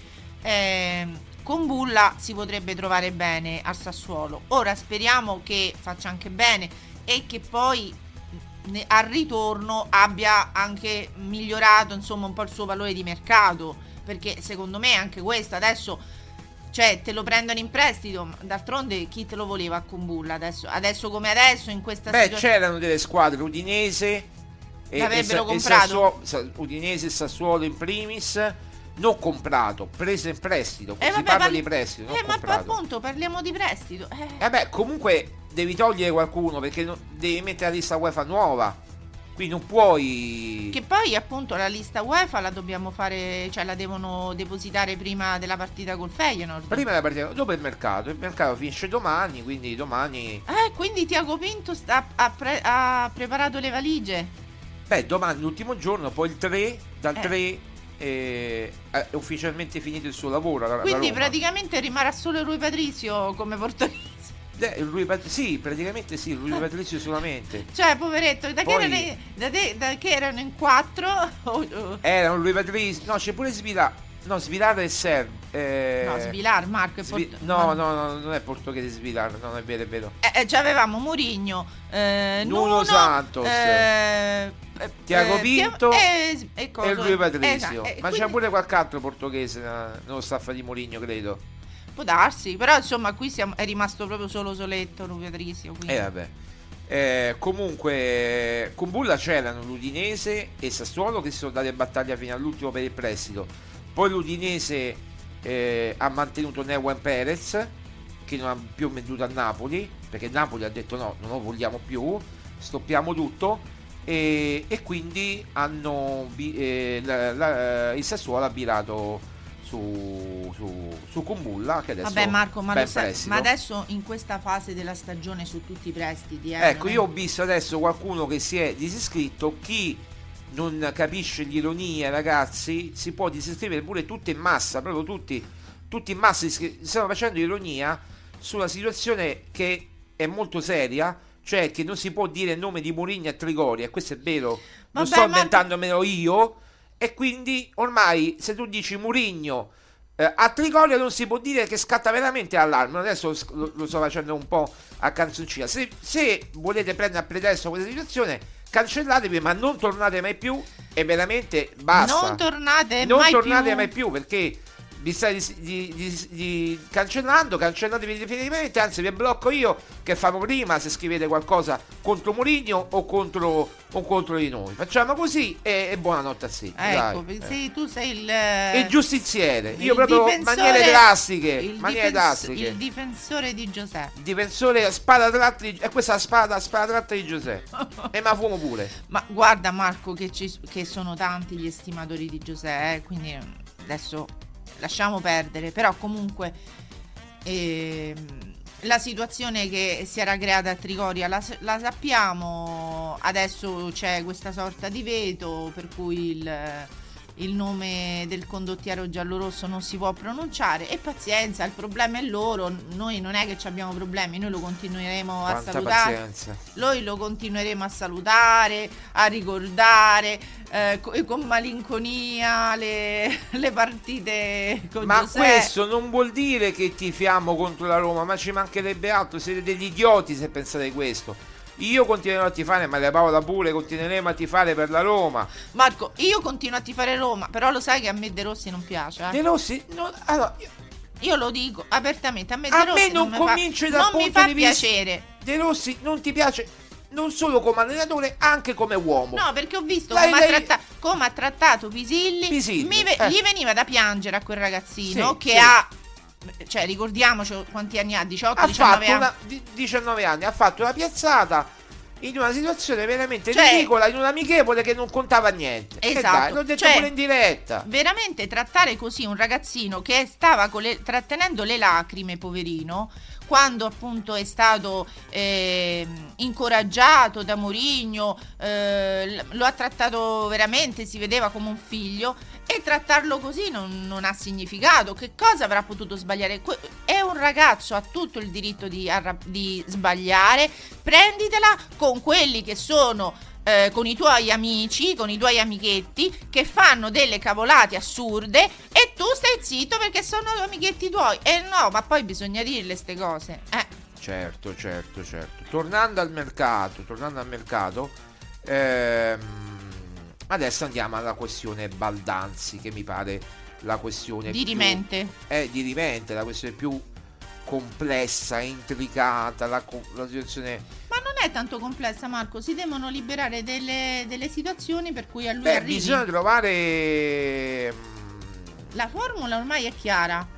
ehm, con Bulla si potrebbe trovare bene al Sassuolo. Ora speriamo che faccia anche bene e che poi ne- al ritorno abbia anche migliorato insomma un po' il suo valore di mercato, perché secondo me anche questo adesso, cioè te lo prendono in prestito, ma d'altronde chi te lo voleva con Bulla adesso, adesso come adesso in questa Beh, situazione? c'erano delle squadre, Udinese e, L'avrebbero e, Sa- comprato? e Sassuolo, Sa- Udinese e Sassuolo in primis, non comprato, preso in prestito. Eh, si vabbè, parla parli- di prestito, non eh, ma comprato. appunto parliamo di prestito. Eh. Eh beh, comunque devi togliere qualcuno perché non- devi mettere la lista UEFA nuova. Qui non puoi. Che poi appunto la lista UEFA la dobbiamo fare, cioè la devono depositare prima della partita col Feyenoord. Prima della partita, dopo il mercato. Il mercato finisce domani, quindi domani. Eh, quindi Tiago Pinto sta, ha, pre- ha preparato le valigie. Beh, domani l'ultimo giorno, poi il tre, dal Eh. tre eh, è ufficialmente finito il suo lavoro. la- la Quindi Roma. praticamente rimarrà solo Rui Patrizio come portoghese. Eh, Rui Pat- sì, praticamente sì, Rui Patrizio solamente. Cioè, poveretto, da, Poi- che, erano, da, te- da che erano in quattro? Oh, oh. Erano Rui Patrizio. No, c'è pure Svilar. No, Svilar è Serb. Eh, No, Svilar, Marco è Svi- porto- no, ma- no, no, non è portoghese Svilar, no, non è vero, è vero. Eh, eh, cioè avevamo Mourinho, eh, Nuno Nuno Santos, eh, eh, Tiago eh, Pinto e, e, cosa- e Rui Patrizio. esatto, eh, Ma c'è quindi- pure qualche altro portoghese eh, nello staff di Mourinho, credo. Può darsi, però insomma qui siamo, è rimasto proprio solo Soletto, Rui Patrizio. Quindi. Eh vabbè. Eh, comunque con Bulla c'erano l'Udinese e Sassuolo che si sono date battaglia fino all'ultimo per il prestito. Poi l'Udinese eh, ha mantenuto Neuen Perez, che non ha più venduto a Napoli, perché Napoli ha detto no, non lo vogliamo più, stoppiamo tutto, e, e quindi hanno bi- eh, la- la- il Sassuolo ha virato su, su, su Kumbulla, che adesso Vabbè Marco, ma, va lo in sai- prestito. ma adesso in questa fase della stagione su tutti i prestiti eh, Ecco, non è- io ho visto adesso qualcuno che si è disiscritto. Chi non capisce l'ironia, ragazzi, si può disiscrivere pure tutti in massa, proprio tutti, tutti in massa. iscri- Stiamo facendo ironia sulla situazione che è molto seria, cioè che non si può dire il nome di Mourinho a Trigoria, e questo è vero, non Vabbè, sto ma- inventandomelo io, e quindi ormai se tu dici Mourinho eh, a Trigoria non si può dire, che scatta veramente allarme. Adesso lo, lo sto facendo un po' a canzoncina. Se, se volete prendere a pretesto questa situazione, cancellatevi, ma non tornate mai più, e veramente basta. Non tornate non mai tornate più. mai più, perché vi state di, di, di, di cancellando, cancellatevi definitivamente, anzi vi blocco io che famo prima se scrivete qualcosa contro Mourinho o contro, o contro di noi. Facciamo così e, e buonanotte a sé. Ecco, dai, sì, eh. tu sei il, il giustiziere, io il proprio difensore, maniere drastiche, il maniere difens- drastiche. il difensore di Giuseppe. Difensore spada tratta di, è questa la spada, spada tratta di Giuseppe. E ma fumo pure. Ma guarda Marco che, ci, che sono tanti gli estimatori di Giuseppe, eh, quindi adesso lasciamo perdere, però comunque ehm, la situazione che si era creata a Trigoria la, la sappiamo, adesso c'è questa sorta di veto per cui il, il nome del condottiero giallorosso non si può pronunciare e pazienza, il problema è loro, noi non è che ci abbiamo problemi, noi lo continueremo a Quanta salutare, pazienza. noi lo continueremo a salutare, a ricordare eh, co- con malinconia le, le partite con Ma Giuseppe. questo non vuol dire che tifiamo contro la Roma, ma ci mancherebbe altro, siete degli idioti se pensate questo. Io continuerò a tifare, Maria Paola pure, continueremo a tifare per la Roma. Marco, io continuo a tifare Roma, però lo sai che a me De Rossi non piace. Eh? De Rossi? No, allora, io... io lo dico apertamente, a me a De Rossi me non, non cominci mi fa, dal non punto mi fa di vista piacere. De Rossi non ti piace non solo come allenatore, anche come uomo. No, perché ho visto Lei- come, lei- ha tratta- come ha trattato Pisilli. Pisilli, Mi ve- eh. Gli veniva da piangere a quel ragazzino Sì, che sì. ha, cioè ricordiamoci quanti anni ha, diciotto Ha diciannove fatto anni. una, di- diciannove anni, ha fatto una piazzata in una situazione veramente Cioè- ridicola, in un amichevole che non contava niente. E Esatto, dai, l'ho detto cioè, pure in diretta. Veramente trattare così un ragazzino che stava con le, trattenendo le lacrime, poverino, quando appunto è stato eh, incoraggiato da Mourinho, eh, l- lo ha trattato veramente, si vedeva come un figlio, e trattarlo così non, non ha significato. Che cosa avrà potuto sbagliare? Que- è un ragazzo, ha tutto il diritto di, arra- di sbagliare, prenditela con quelli che sono eh, con i tuoi amici, con i tuoi amichetti che fanno delle cavolate assurde e tu stai zitto perché sono amichetti tuoi. E no, ma poi bisogna dirle ste cose. Eh. Certo, certo, certo. Tornando al mercato, tornando al mercato, ehm, adesso andiamo alla questione Baldanzi, che mi pare la questione Di più, rimente. è di rimente, la questione più complessa, intricata, la, co- la situazione. Ma non è tanto complessa, Marco, si devono liberare delle, delle situazioni per cui a lui Beh, arrivi. bisogna trovare. La formula ormai è chiara.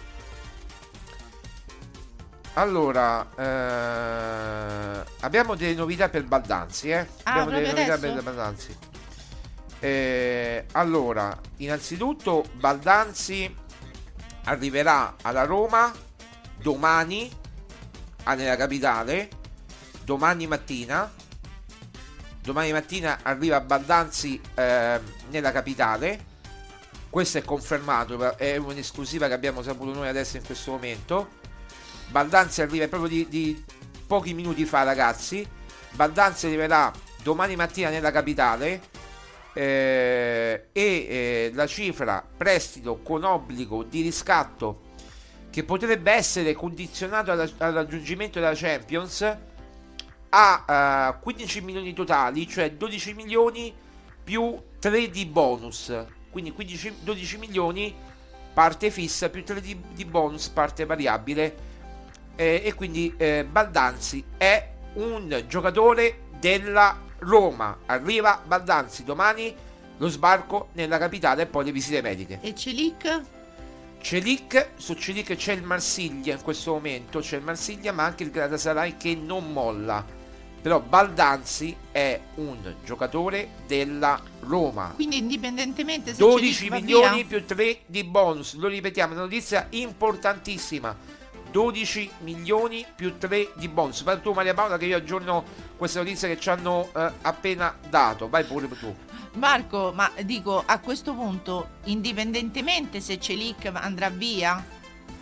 Allora, eh, abbiamo delle novità per Baldanzi, eh? Ah, abbiamo delle proprio novità adesso? per Baldanzi. Eh, allora, innanzitutto Baldanzi arriverà alla Roma domani, ah, nella capitale, domani mattina. Domani mattina arriva Baldanzi eh, nella capitale. Questo è confermato, è un'esclusiva che abbiamo saputo noi adesso in questo momento. Baldanzi arriva proprio di, di pochi minuti fa, ragazzi. Baldanzi arriverà domani mattina nella capitale eh, e eh, la cifra prestito con obbligo di riscatto, che potrebbe essere condizionato al, al raggiungimento della Champions, a uh, quindici milioni totali, cioè dodici milioni più tre di bonus, quindi quindici, dodici milioni parte fissa più tre di, di bonus parte variabile, eh, e quindi eh, Baldanzi è un giocatore della Roma. Arriva Baldanzi domani, lo sbarco nella capitale e poi le visite mediche. E Celic? Celic, su Celic c'è il Marsiglia in questo momento, c'è il Marsiglia ma anche il Galatasaray che non molla. Però Baldanzi è un giocatore della Roma. Quindi indipendentemente se dodici Celic va milioni via? più tre di bonus. Lo ripetiamo, una notizia importantissima. dodici milioni più tre di bonus. Vai tu, Maria Paola, che io aggiorno questa notizia che ci hanno eh, appena dato. Vai pure tu. Marco, ma dico, a questo punto, indipendentemente se Celic andrà via,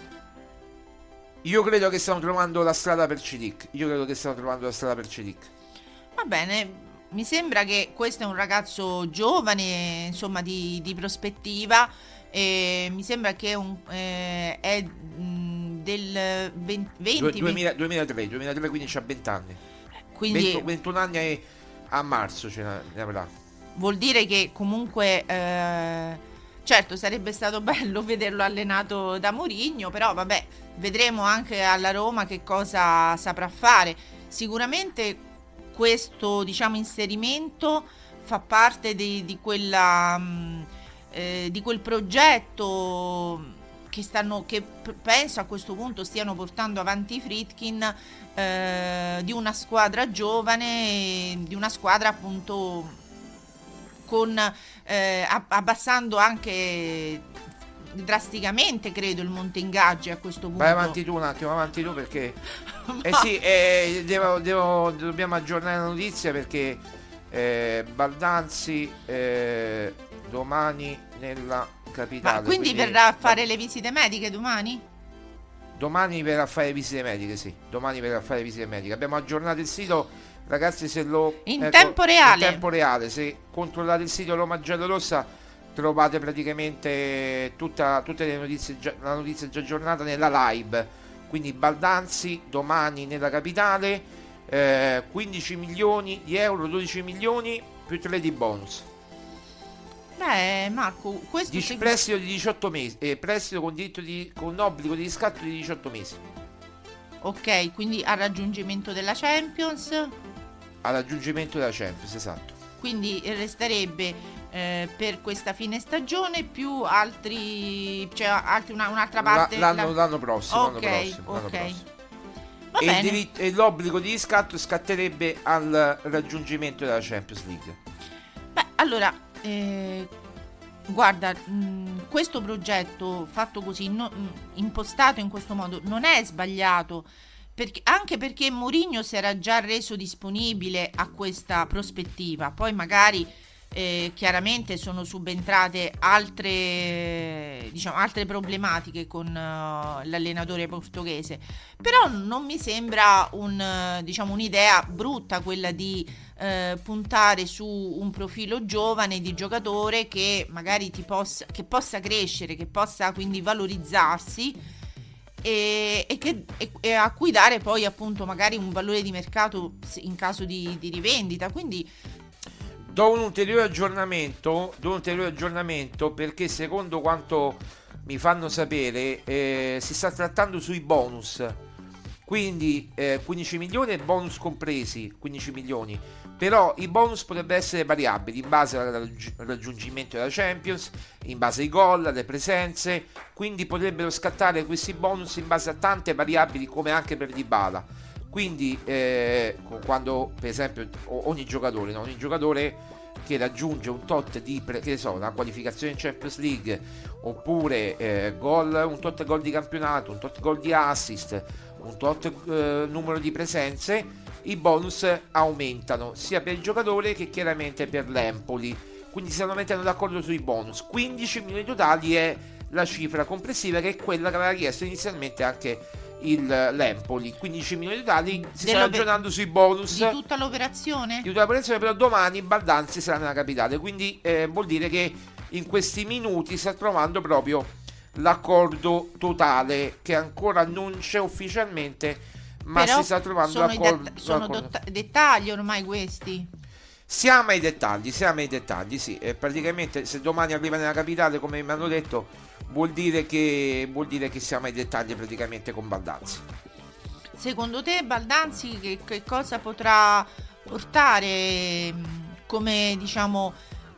Io credo che stiamo trovando la strada per Celic. Io credo che stiamo trovando la strada per Celic. va bene, mi sembra che questo è un ragazzo giovane, insomma, di, di prospettiva, e mi sembra che è, un, eh, è mh, del venti, duemila, duemilatré, duemilatré, quindi c'ha venti anni. quindi venti, ventuno anni e a marzo ce ne avrà. vuol dire che comunque eh, Certo, sarebbe stato bello vederlo allenato da Mourinho, però vabbè, vedremo anche alla Roma che cosa saprà fare. Sicuramente questo, diciamo, inserimento fa parte di, di quella mh, eh, di quel progetto che stanno che p- penso a questo punto stiano portando avanti i Friedkin, eh, di una squadra giovane, di una squadra appunto con eh, abbassando anche drasticamente, credo, il monte ingaggi a questo punto. Vai avanti tu un attimo, avanti tu perché eh sì, eh, devo, devo, dobbiamo aggiornare la notizia perché eh, Baldanzi eh, domani nella capitale. Ma quindi, quindi verrà a fare le visite mediche domani? Domani verrà a fare visite mediche, sì. Domani verrà a fare visite mediche. Abbiamo aggiornato il sito, ragazzi, se lo in ecco, tempo reale. In tempo reale, se controllate il sito Roma Giallorossa trovate praticamente tutta, tutte le notizie, già, la notizia già aggiornata nella live. Quindi Baldanzi domani nella capitale, eh, quindici milioni di euro, dodici milioni più tre di bonus. Beh, Marco, questo di si... prestito di diciotto mesi, eh, prestito con diritto di con obbligo di riscatto di diciotto mesi. Ok, quindi al raggiungimento della Champions. Al raggiungimento della Champions, esatto. Quindi resterebbe eh, per questa fine stagione più altri, cioè altri una, un'altra parte La, l'anno, la... l'anno prossimo. Ok, l'anno prossimo, ok. l'anno prossimo. Va e, bene. il diritto, e l'obbligo di riscatto scatterebbe al raggiungimento della Champions League. Beh, allora, eh, guarda, mh, questo progetto fatto così, no, mh, impostato in questo modo, non è sbagliato, perché, anche perché Mourinho si era già reso disponibile a questa prospettiva. Poi magari eh, chiaramente sono subentrate altre, diciamo, altre problematiche con uh, l'allenatore portoghese, però non mi sembra un, diciamo, un'idea brutta quella di eh, puntare su un profilo giovane di giocatore che magari ti possa, che possa crescere, che possa quindi valorizzarsi e, e, che, e, e a cui dare poi appunto magari un valore di mercato in caso di, di rivendita. Quindi do un ulteriore aggiornamento do un ulteriore aggiornamento perché secondo quanto mi fanno sapere eh, si sta trattando sui bonus, quindi eh, quindici milioni e bonus compresi, quindici milioni, però i bonus potrebbero essere variabili in base al raggiungimento della Champions, in base ai gol, alle presenze, quindi potrebbero scattare questi bonus in base a tante variabili come anche per Dybala. Quindi eh, quando per esempio ogni giocatore, no? ogni giocatore che raggiunge un tot di pre- che so, una qualificazione in Champions League oppure eh, gol, un tot gol di campionato, un tot gol di assist, un tot eh, numero di presenze, i bonus aumentano sia per il giocatore che chiaramente per l'Empoli. Quindi si stanno mettendo d'accordo sui bonus. Quindici milioni totali è la cifra complessiva, che è quella che aveva chiesto inizialmente anche il l'Empoli. Quindici milioni totali, si sta ragionando sui bonus di tutta l'operazione di tutta l'operazione, però domani Baldanzi sarà nella capitale, quindi eh, vuol dire che in questi minuti sta trovando proprio l'accordo totale, che ancora non c'è ufficialmente, ma però si sta trovando sono l'accordo, det- sono l'accordo. dot- dettagli ormai questi. Siamo ai dettagli, siamo ai dettagli, sì. E praticamente se domani arriva nella capitale, come mi hanno detto, vuol dire che vuol dire che siamo ai dettagli praticamente con Baldanzi. Secondo te Baldanzi che, che cosa potrà portare come, diciamo,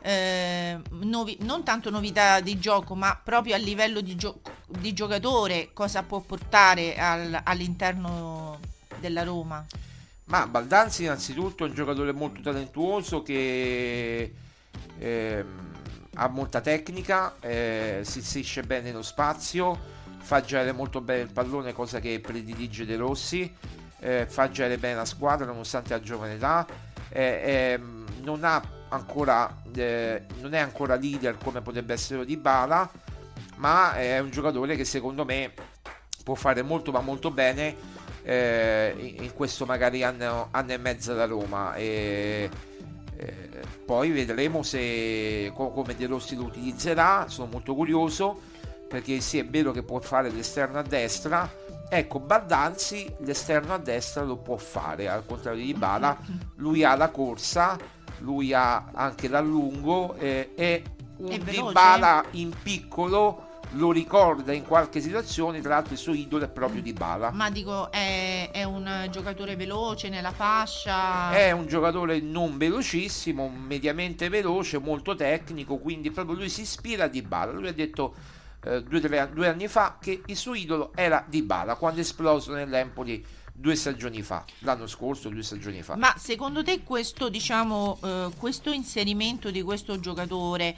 eh, novi- non tanto novità di gioco, ma proprio a livello di, gio- di giocatore, cosa può portare al- all'interno della Roma? Ma Baldanzi innanzitutto è un giocatore molto talentuoso che eh, ha molta tecnica, eh, si inserisce bene nello spazio, fa girare molto bene il pallone, cosa che predilige De Rossi, eh, fa girare bene la squadra nonostante la giovane età, eh, eh, non ha ancora eh, non è ancora leader come potrebbe essere Dybala, ma è un giocatore che secondo me può fare molto ma molto bene eh, in questo magari anno, anno e mezzo da Roma, e eh, poi vedremo se co- come De Rossi lo utilizzerà. Sono molto curioso perché sì, è vero che può fare l'esterno a destra, ecco Baldanzi l'esterno a destra lo può fare, al contrario di Dybala. Lui ha la corsa, lui ha anche l'allungo eh, e un Dybala in piccolo lo ricorda in qualche situazione, tra l'altro il suo idolo è proprio Dybala. Ma dico, è, è un giocatore veloce nella fascia? È un giocatore non velocissimo, mediamente veloce, molto tecnico, quindi proprio lui si ispira a Dybala. Lui ha detto eh, due, tre, due anni fa che il suo idolo era Dybala, quando è esploso nell'Empoli due stagioni fa, l'anno scorso, due stagioni fa. Ma secondo te questo, diciamo, eh, questo inserimento di questo giocatore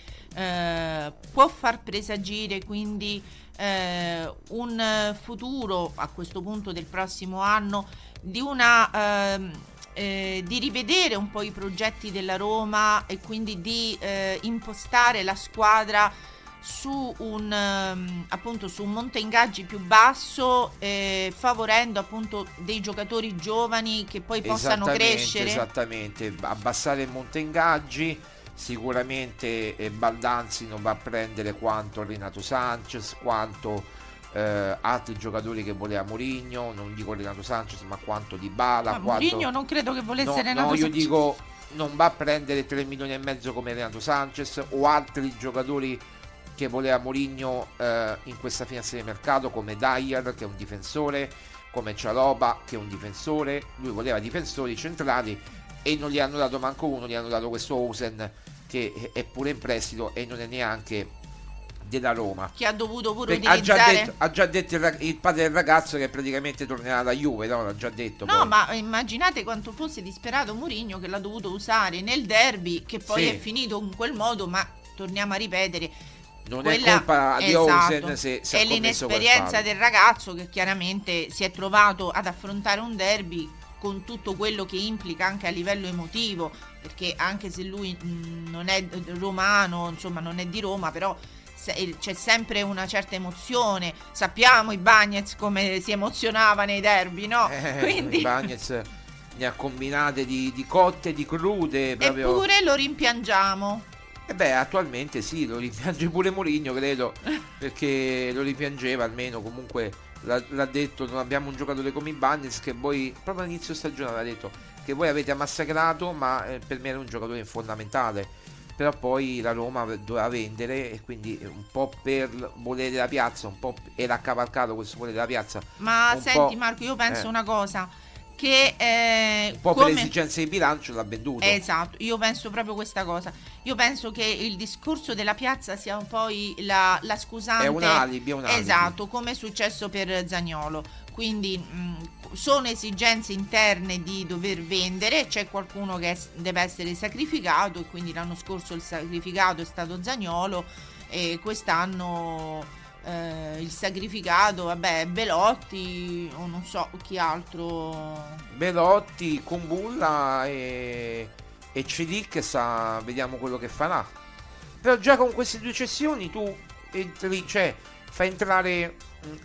eh, può far presagire quindi eh, un futuro a questo punto del prossimo anno di una eh, eh, di rivedere un po' i progetti della Roma e quindi di eh, impostare la squadra su un um, appunto su un monte ingaggi più basso, eh, favorendo appunto dei giocatori giovani che poi possano crescere? Esattamente, abbassare il monte ingaggi. Sicuramente eh, Baldanzi non va a prendere quanto Renato Sanchez, quanto eh, altri giocatori che voleva Mourinho, non dico Renato Sanchez ma quanto Dybala. Ma quanto... Mourinho non credo che volesse no, Renato no, io Sanchez. dico non va a prendere tre milioni e mezzo come Renato Sanchez o altri giocatori che voleva Mourinho eh, in questa finestra di mercato, come Dyer che è un difensore, come Cialoba che è un difensore. Lui voleva difensori centrali e non gli hanno dato manco uno, gli hanno dato questo Osen che è pure in prestito e non è neanche della Roma, che ha dovuto pure Perché utilizzare ha già detto, ha già detto il, il padre del ragazzo che praticamente tornerà alla Juve, no? L'ha già detto. No, poi. ma immaginate quanto fosse disperato Mourinho che l'ha dovuto usare nel derby, che poi Sì. è finito in quel modo, ma torniamo a ripetere, non quella, è colpa di esatto, Osen se, se è ha commesso quel l'inesperienza fallo. del ragazzo che chiaramente si è trovato ad affrontare un derby con tutto quello che implica anche a livello emotivo, perché anche se lui mh, non è romano, insomma non è di Roma, però se, c'è sempre una certa emozione. Sappiamo i Bagnez come si emozionava nei derby, no? Eh, Quindi Bagnez ne ha combinate di, di cotte e di crude proprio... eppure lo rimpiangiamo. E beh, attualmente sì, lo rimpiange pure Mourinho, credo, perché lo rimpiangeva almeno, comunque l'ha, l'ha detto, non abbiamo un giocatore come i Bagnez che voi, proprio all'inizio stagione aveva detto che voi avete massacrato, ma eh, per me era un giocatore fondamentale. Però poi la Roma doveva vendere e quindi un po' per volere della piazza, un po' era accavalcato questo volere della piazza. Ma un senti po', Marco, io penso eh, una cosa, che eh, un po' come... per esigenze di bilancio l'ha venduto. Esatto, io penso proprio questa cosa. Io penso che il discorso della piazza sia poi la, la scusante. È un alibi, è un alibi. Esatto, come è successo per Zaniolo. Quindi mh, sono esigenze interne di dover vendere, c'è qualcuno che è, deve essere sacrificato e quindi l'anno scorso il sacrificato è stato Zaniolo e quest'anno eh, il sacrificato, vabbè, Belotti o non so chi altro. Belotti, Kumbulla e, e Celic, sta, vediamo quello che farà. Però già con queste due cessioni tu entri, cioè fai entrare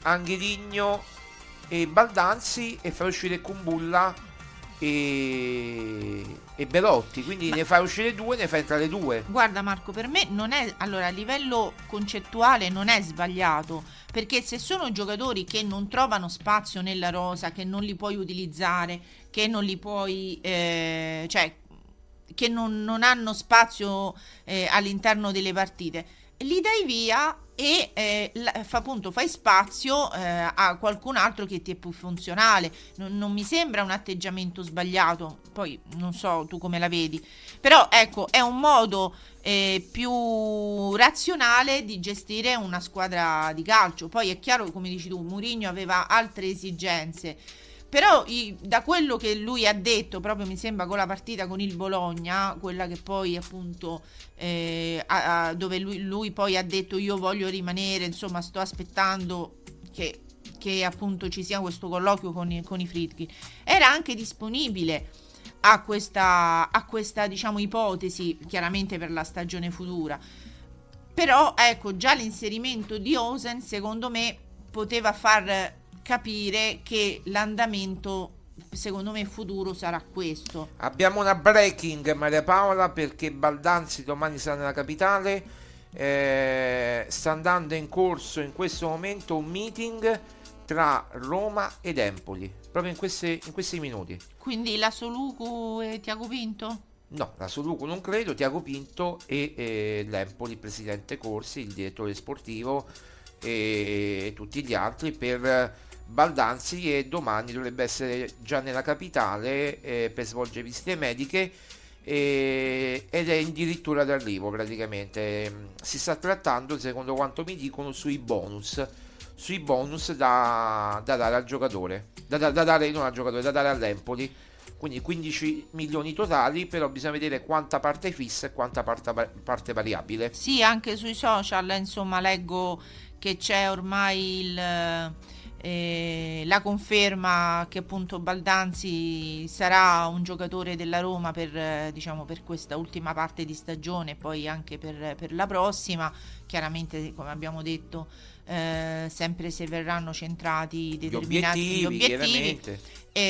Angeligno e Baldanzi e fai uscire Kumbulla e, e Belotti, quindi Ma... ne fai uscire due, ne fai entrare due. Guarda Marco, per me non è, allora a livello concettuale non è sbagliato, perché se sono giocatori che non trovano spazio nella rosa, che non li puoi utilizzare, che non li puoi eh, cioè che non, non hanno spazio eh, all'interno delle partite, li dai via e eh, la, fa, appunto fai spazio eh, a qualcun altro che ti è più funzionale. Non, non mi sembra un atteggiamento sbagliato, poi non so tu come la vedi, però ecco, è un modo eh, più razionale di gestire una squadra di calcio. Poi è chiaro, come dici tu, Mourinho aveva altre esigenze, però i, da quello che lui ha detto, proprio mi sembra con la partita con il Bologna, quella che poi appunto eh, a, a, dove lui, lui poi ha detto io voglio rimanere, insomma sto aspettando che, che appunto ci sia questo colloquio con i, con i Friedkin, era anche disponibile a questa, a questa diciamo ipotesi, chiaramente per la stagione futura. Però ecco, già l'inserimento di Osen secondo me poteva far capire che l'andamento secondo me futuro sarà questo. Abbiamo una breaking, Maria Paola, perché Baldanzi domani sarà nella capitale. Eh, sta andando in corso in questo momento un meeting tra Roma ed Empoli, proprio in, queste, in questi minuti. Quindi la Soluku e Tiago Pinto? No, la Soluco non credo, Tiago Pinto e eh, l'Empoli, il presidente Corsi, il direttore sportivo e tutti gli altri per Baldanzi, e domani dovrebbe essere già nella capitale eh, per svolgere visite mediche e, ed è addirittura d'arrivo praticamente. Si sta trattando, secondo quanto mi dicono, sui bonus sui bonus da, da dare al giocatore da, da, da dare non al giocatore da dare all'Empoli, quindi quindici milioni totali, però bisogna vedere quanta parte fissa e quanta parte, parte variabile. Sì, anche sui social insomma leggo che c'è ormai il Eh, la conferma che appunto Baldanzi sarà un giocatore della Roma per, eh, diciamo, per questa ultima parte di stagione e poi anche per, per la prossima. Chiaramente, come abbiamo detto, eh, sempre se verranno centrati determinati gli obiettivi, gli obiettivi.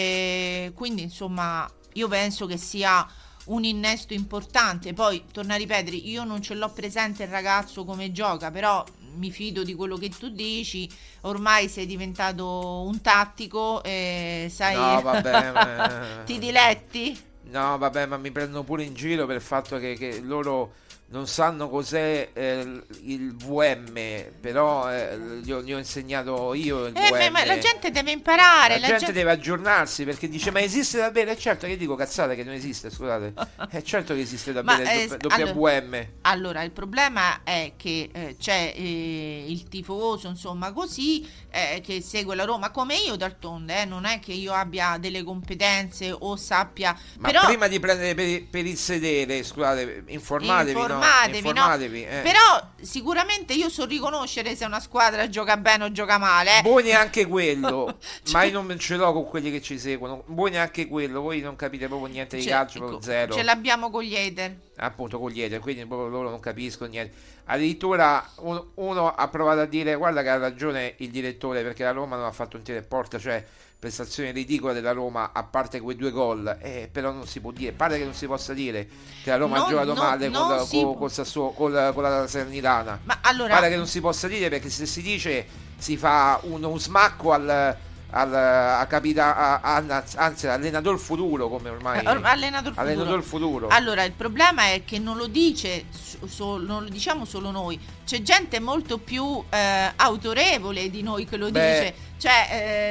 E quindi insomma io penso che sia un innesto importante. Poi torna a ripetere, io non ce l'ho presente il ragazzo come gioca, però mi fido di quello che tu dici. Ormai sei diventato un tattico e sai, no, vabbè, ma... ti diletti? No, vabbè, ma mi prendono pure in giro per il fatto che, che loro non sanno cos'è eh, il V M, però eh, gli, ho, gli ho insegnato io il eh, V M. Ma la gente deve imparare, la, la gente, gente deve aggiornarsi, perché dice ma esiste davvero? È certo che dico cazzate che non esiste, scusate. È certo che esiste davvero ma, il eh, W allora, M. Allora, il problema è che eh, c'è eh, il tifoso, insomma, così eh, che segue la Roma come io, d'altronde, eh, non è che io abbia delle competenze o sappia, ma però prima di prendere per, per il sedere, scusate, informatevi, informatevi, no? informatevi no? eh. Però sicuramente io so riconoscere se una squadra gioca bene o gioca male, eh. Voi neanche quello. Cioè, ma io non ce l'ho con quelli che ci seguono. Voi neanche quello. Voi non capite proprio niente di ce, calcio, proprio zero. Ce l'abbiamo con gli hater. Appunto, con gli hater, quindi proprio loro non capiscono niente. Addirittura uno, uno ha provato a dire guarda che ha ragione il direttore, perché la Roma non ha fatto un tiro e porta, cioè prestazione ridicola della Roma, a parte quei due gol, eh, però non si può dire, pare che non si possa dire che la Roma non, ha giocato non, male non con, si... con, con, Sassuolo, con, con la Salernitana. Ma allora, pare che non si possa dire, perché se si dice si fa un, un smacco al al a capita a, a, anzi allenatore futuro, come ormai allenatore futuro. allenatore futuro. Allora il problema è che non lo dice so, non lo diciamo solo noi, c'è gente molto più eh, autorevole di noi che lo Beh, dice, cioè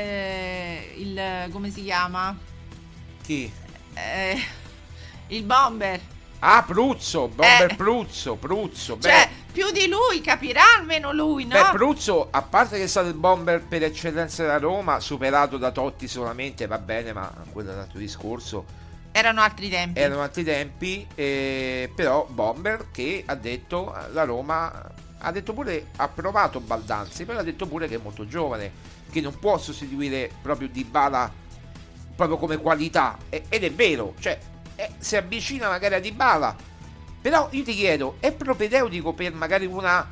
eh, il come si chiama? Chi? Eh, il Bomber. Ah, Pruzzo, Bomber eh, Pruzzo, Pruzzo, cioè, beh, più di lui capirà almeno lui, no? Beh, Pruzzo, a parte che è stato il bomber per eccellenza della Roma, superato da Totti solamente, va bene, ma quello è un altro discorso. Erano altri tempi. Erano altri tempi, eh, però bomber che ha detto la Roma, ha detto pure, ha provato Baldanzi, però ha detto pure che è molto giovane, che non può sostituire proprio Dybala proprio come qualità, e, ed è vero, cioè eh, si avvicina magari a Dybala, però io ti chiedo, è propedeutico per magari una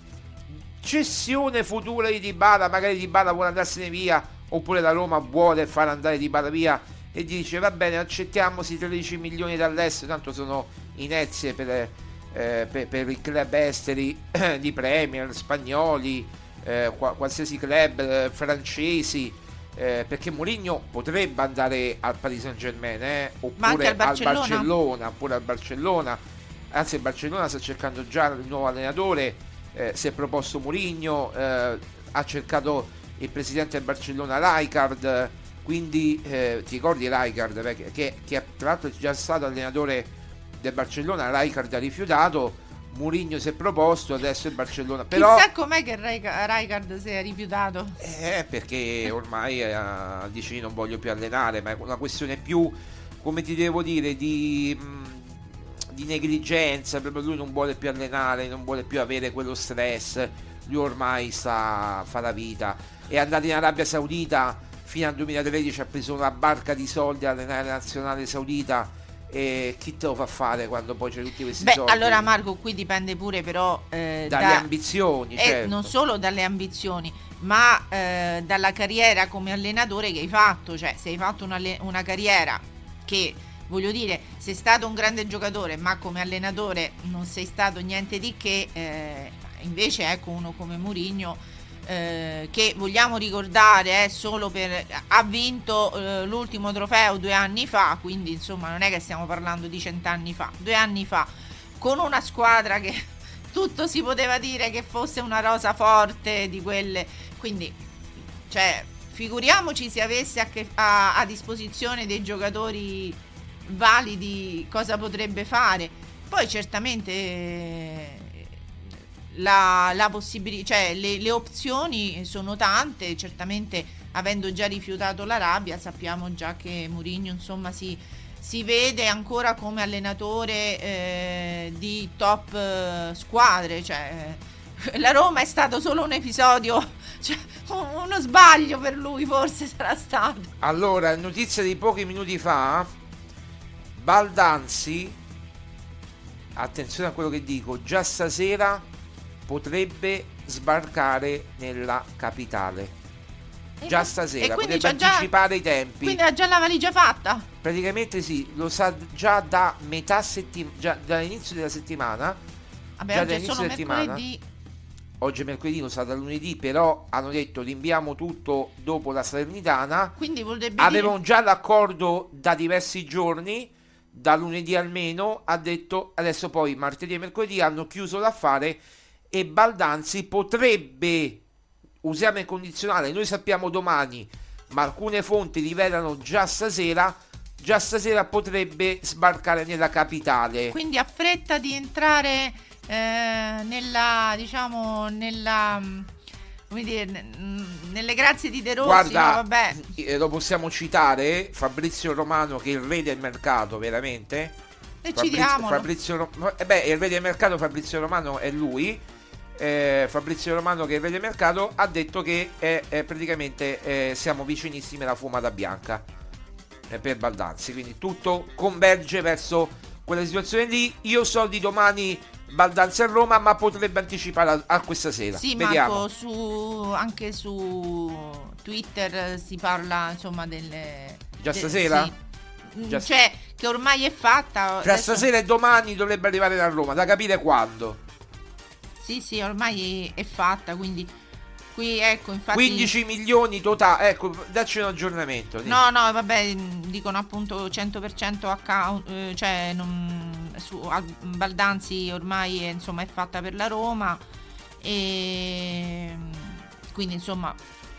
cessione futura di Dybala, magari Dybala vuole andarsene via, oppure la Roma vuole far andare Dybala via e dice va bene, accettiamosi tredici milioni dall'estero, tanto sono inezie per, eh, per, per i club esteri eh, di Premier, spagnoli, eh, qualsiasi club eh, francesi, eh, perché Mourinho potrebbe andare al Paris Saint-Germain, eh, oppure al Barcellona. al Barcellona, oppure al Barcellona, anzi il Barcellona sta cercando già il nuovo allenatore, eh, si è proposto Mourinho, eh, ha cercato il presidente del Barcellona Rijkaard, quindi eh, ti ricordi Rijkaard, che, che, che tra l'altro è già stato allenatore del Barcellona, Rijkaard ha rifiutato, Mourinho si è proposto, adesso il Barcellona, però chissà com'è che Rijkaard si è rifiutato, eh, perché ormai eh, dice non voglio più allenare, ma è una questione più, come ti devo dire, di, mh, di negligenza, proprio lui non vuole più allenare, non vuole più avere quello stress, lui ormai sta fa la vita, è andato in Arabia Saudita fino al duemilatredici, ha preso una barca di soldi a allenare la nazionale saudita, e chi te lo fa fare quando poi c'è tutti questi Beh, soldi? allora Marco, qui dipende pure però eh, dalle da, ambizioni, eh, certo. non solo dalle ambizioni, ma eh, dalla carriera come allenatore che hai fatto, cioè se hai fatto una, una carriera che, voglio dire, sei stato un grande giocatore ma come allenatore non sei stato niente di che, eh, invece ecco uno come Mourinho eh, che vogliamo ricordare è solo per ha vinto eh, l'ultimo trofeo due anni fa, quindi insomma non è che stiamo parlando di cent'anni fa, due anni fa, con una squadra che tutto si poteva dire che fosse una rosa forte di quelle, quindi cioè figuriamoci se avesse a, che, a, a disposizione dei giocatori validi cosa potrebbe fare. Poi certamente eh, la, la possibilità, cioè le, le opzioni sono tante, certamente avendo già rifiutato l'Arabia sappiamo già che Mourinho insomma si, si vede ancora come allenatore eh, di top eh, squadre, cioè la Roma è stato solo un episodio, cioè, uno sbaglio per lui forse sarà stato. Allora, notizia di pochi minuti fa, Baldanzi, attenzione a quello che dico, già stasera potrebbe sbarcare nella capitale. Già stasera potrebbe anticipare i tempi. Quindi ha già la valigia fatta? Praticamente sì, lo sa già da metà settimana, già dall'inizio della settimana. Vabbè, già oggi è dall'inizio solo della settimana. mercoledì. Oggi è mercoledì, lo sa da lunedì, però hanno detto rinviamo tutto dopo la Salernitana. Quindi vorrebbe Avevano dire... già l'accordo da diversi giorni, da lunedì almeno, ha detto adesso poi martedì e mercoledì hanno chiuso l'affare e Baldanzi potrebbe, usiamo il condizionale, noi sappiamo domani, ma alcune fonti rivelano già stasera, già stasera potrebbe sbarcare nella capitale. Quindi ha fretta di entrare eh, nella, diciamo, nella, come dire, n- nelle grazie di De Rossi. Guarda, no, vabbè. Eh, lo possiamo citare, Fabrizio Romano, che è il re del mercato, veramente. E Fabrizio, citiamolo. Fabrizio Ro- eh beh, il re del mercato, Fabrizio Romano è lui. Eh, Fabrizio Romano, che è il re del mercato, ha detto che è, è praticamente eh, siamo vicinissimi alla fumata bianca eh, per Baldanzi, quindi tutto converge verso quella situazione lì. Io so di domani Baldanzi a Roma, ma potrebbe anticipare a, a questa sera. Sì, Vediamo. Marco, su, anche su Twitter si parla insomma delle... Già de- stasera? Sì. Già Cioè che ormai è fatta. Già adesso... stasera e domani dovrebbe arrivare da Roma, da capire quando. Sì, sì, ormai è fatta, quindi qui ecco, infatti quindici milioni totali, ecco, dacci un aggiornamento. Sì. No, no, vabbè, dicono appunto cento per cento account, eh, cioè non, su a, Baldanzi ormai è, insomma, è fatta per la Roma e quindi insomma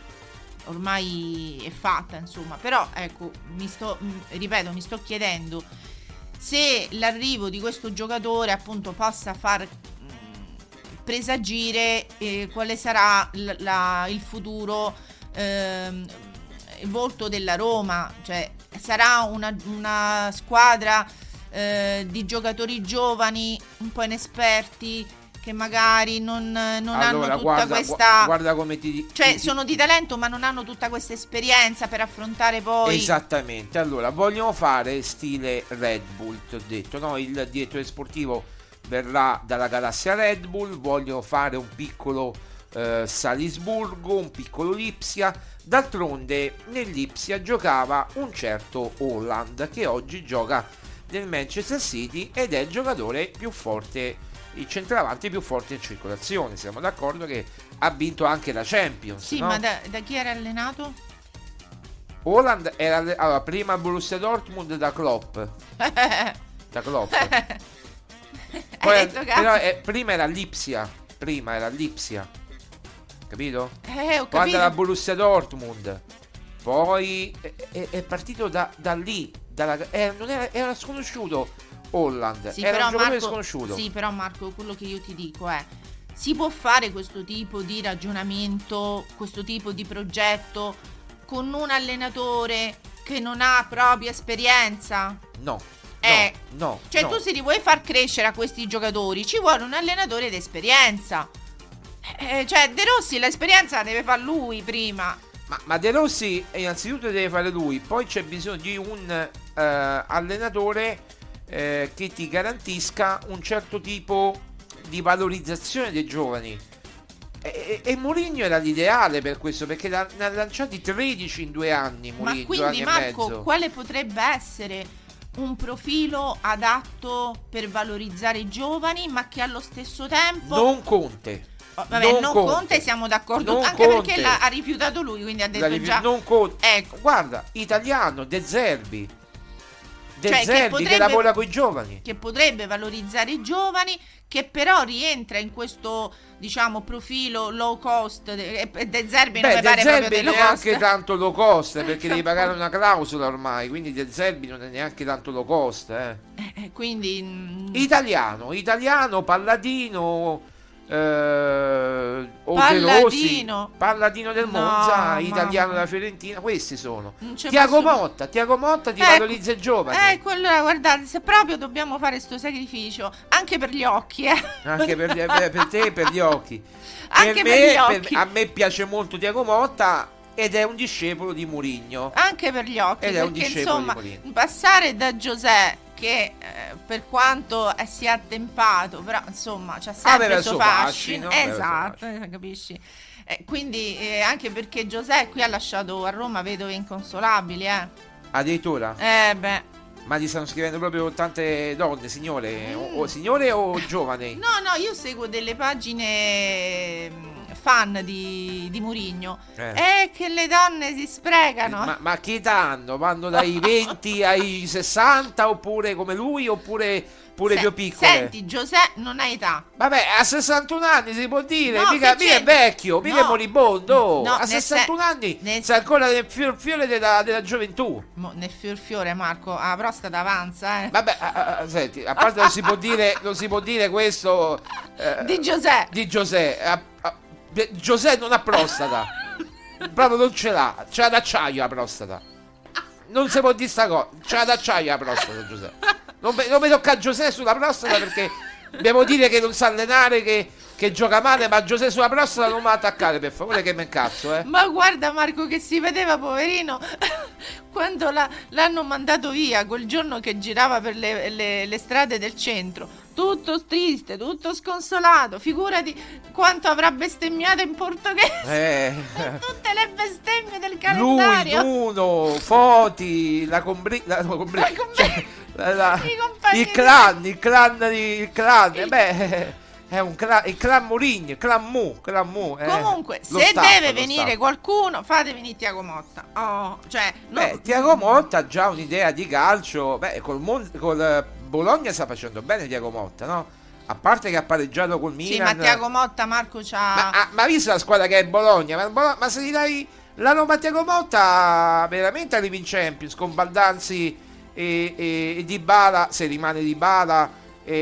ormai è fatta, insomma, però ecco, mi sto ripeto, mi sto chiedendo se l'arrivo di questo giocatore appunto possa far presagire eh, quale sarà l- la, il futuro, ehm, il volto della Roma, cioè sarà una, una squadra eh, di giocatori giovani un po' inesperti che magari non, non allora, hanno tutta guarda, questa, guarda come ti, cioè ti, sono di talento ma non hanno tutta questa esperienza per affrontare poi. Esattamente. Allora vogliono fare stile Red Bull, ti ho detto, no? Il direttore sportivo verrà dalla galassia Red Bull, vogliono fare un piccolo eh, Salisburgo, un piccolo Lipsia. D'altronde nell'Ipsia giocava un certo Holland che oggi gioca nel Manchester City ed è il giocatore più forte, il centravanti più forte in circolazione. Siamo d'accordo che ha vinto anche la Champions. Sì, no? ma da, da chi era allenato? Holland era allora, prima Borussia Dortmund da Klopp. Da Klopp. Poi, però eh, prima era Lipsia, prima era Lipsia, capito? Eh, ho Poi capito. alla Borussia Dortmund, poi è, è, è partito da, da lì, dalla, eh, non era, era sconosciuto Holland, Sì, era però un giocatore Marco, sconosciuto. Sì, però Marco, quello che io ti dico è: si può fare questo tipo di ragionamento, questo tipo di progetto con un allenatore che non ha propria esperienza? No. Eh, no, no, cioè no. tu se li vuoi far crescere a questi giocatori ci vuole un allenatore d'esperienza. Eh, cioè De Rossi l'esperienza la deve fare lui prima. Ma, ma De Rossi innanzitutto deve fare lui, poi c'è bisogno di un eh, allenatore eh, che ti garantisca un certo tipo di valorizzazione dei giovani. E, e, e Mourinho era l'ideale per questo, perché ne ha lanciati tredici in due anni. Mourinho, Ma quindi due anni e Marco, mezzo. quale potrebbe essere un profilo adatto per valorizzare i giovani, ma che allo stesso tempo Non Conte. Vabbè, non, non Conte. Conte siamo d'accordo, Non anche Conte. perché l'ha, ha rifiutato lui, quindi ha detto La rifi- già. non Conte. Ecco. Guarda, italiano, De Zerbi. De Cioè, che Zerbi che, potrebbe- lavora con i giovani. Che potrebbe valorizzare i giovani, che però rientra in questo, diciamo, profilo low cost. E e De Zerbi non Beh, mi De pare proprio Zerbi di low neanche cost. tanto low cost, perché devi pagare una clausola ormai, quindi De Zerbi non è neanche tanto low cost, eh. Eh, quindi mm, Italiano, italiano, Palladino, eh, Palladino. Oterosi, Palladino del No, Monza, mamma. italiano della Fiorentina, questi sono. Non c'è Tiago posso- Motta, Tiago Motta ti Ecco, valorizza i giovani. Ecco, allora guardate, se proprio dobbiamo fare sto sacrificio, anche per gli occhi, eh. Anche per, gli- per- per te e per gli occhi. Anche per per me, gli occhi. a me piace molto Tiago Motta ed è un discepolo di Mourinho. Anche per gli occhi, Ed è un perché discepolo insomma di Mourinho. passare da Giuseppe che eh, per quanto eh, sia attempato, però insomma c'ha sempre Aveva il suo il suo fascino, fascino, aveva il suo esatto, eh, capisci? Eh, quindi eh, anche perché Giuseppe qui ha lasciato a Roma vedove inconsolabili, eh. Addirittura? Eh beh. Ma gli stanno scrivendo proprio tante donne, signore, o, o signore o giovani? No, no, io seguo delle pagine mm, fan di, di Mourinho. Eh. Eh, che le donne si sprecano. Ma, ma che età hanno? Vanno dai venti ai sessanta oppure come lui oppure pure Se- più piccole? Senti, Giuseppe non ha età. Vabbè, a sessantuno anni si può dire, No, mica, che mica è c'entra? vecchio, mica è No. moribondo. No, a nel sessantuno se- anni nel- sei ancora nel fior fiore della, della gioventù. Mo- nel fior fiore, Marco, la prostata avanza, eh. Vabbè, ah, ah, senti, a parte non si può dire, non si può dire questo eh, Di Giuseppe. di Giuseppe. Ah, ah, Giuseppe non ha prostata. Proprio non ce l'ha, c'ha d'acciaio la prostata. Non si può dire sta cosa, c'ha d'acciaio la prostata Giuseppe. Non, mi- non mi tocca Giuseppe sulla prostata perché dobbiamo dire che non sa allenare, che, che gioca male, ma Giuseppe sulla prostata non mi attaccare per favore che mi incazzo, eh. Ma guarda Marco che si vedeva poverino quando la- l'hanno mandato via quel giorno che girava per le, le- le strade del centro. Tutto triste, tutto sconsolato. Figurati quanto avrà bestemmiato in portoghese. Eh. Tutte le bestemmie del Lui, calendario. Nuno, Foti, la combri... La, no, combri- La combri- cioè, la- la- I compagni il di- clan, il clan di... Il clan, eh, beh, è un clan, il clan Mourinho, il clan Mu, clan Mu. eh. Comunque, Lo se staff, deve lo venire staff. qualcuno, fate venire Tiago Motta. Oh, cioè, no, Beh, Tiago Motta ha già un'idea di calcio. Beh, col, Mon- col eh, Bologna sta facendo bene Tiago Motta, no? A parte che ha pareggiato col sì, Milan. ma Tiago Motta, Marco, c'ha. Ma, ah, ma visto la squadra che è Bologna? Ma, Bolo- ma se gli dai la Roma a Tiago Motta, veramente arrivi in Champions con Baldanzi e, e, e Dybala, se rimane Dybala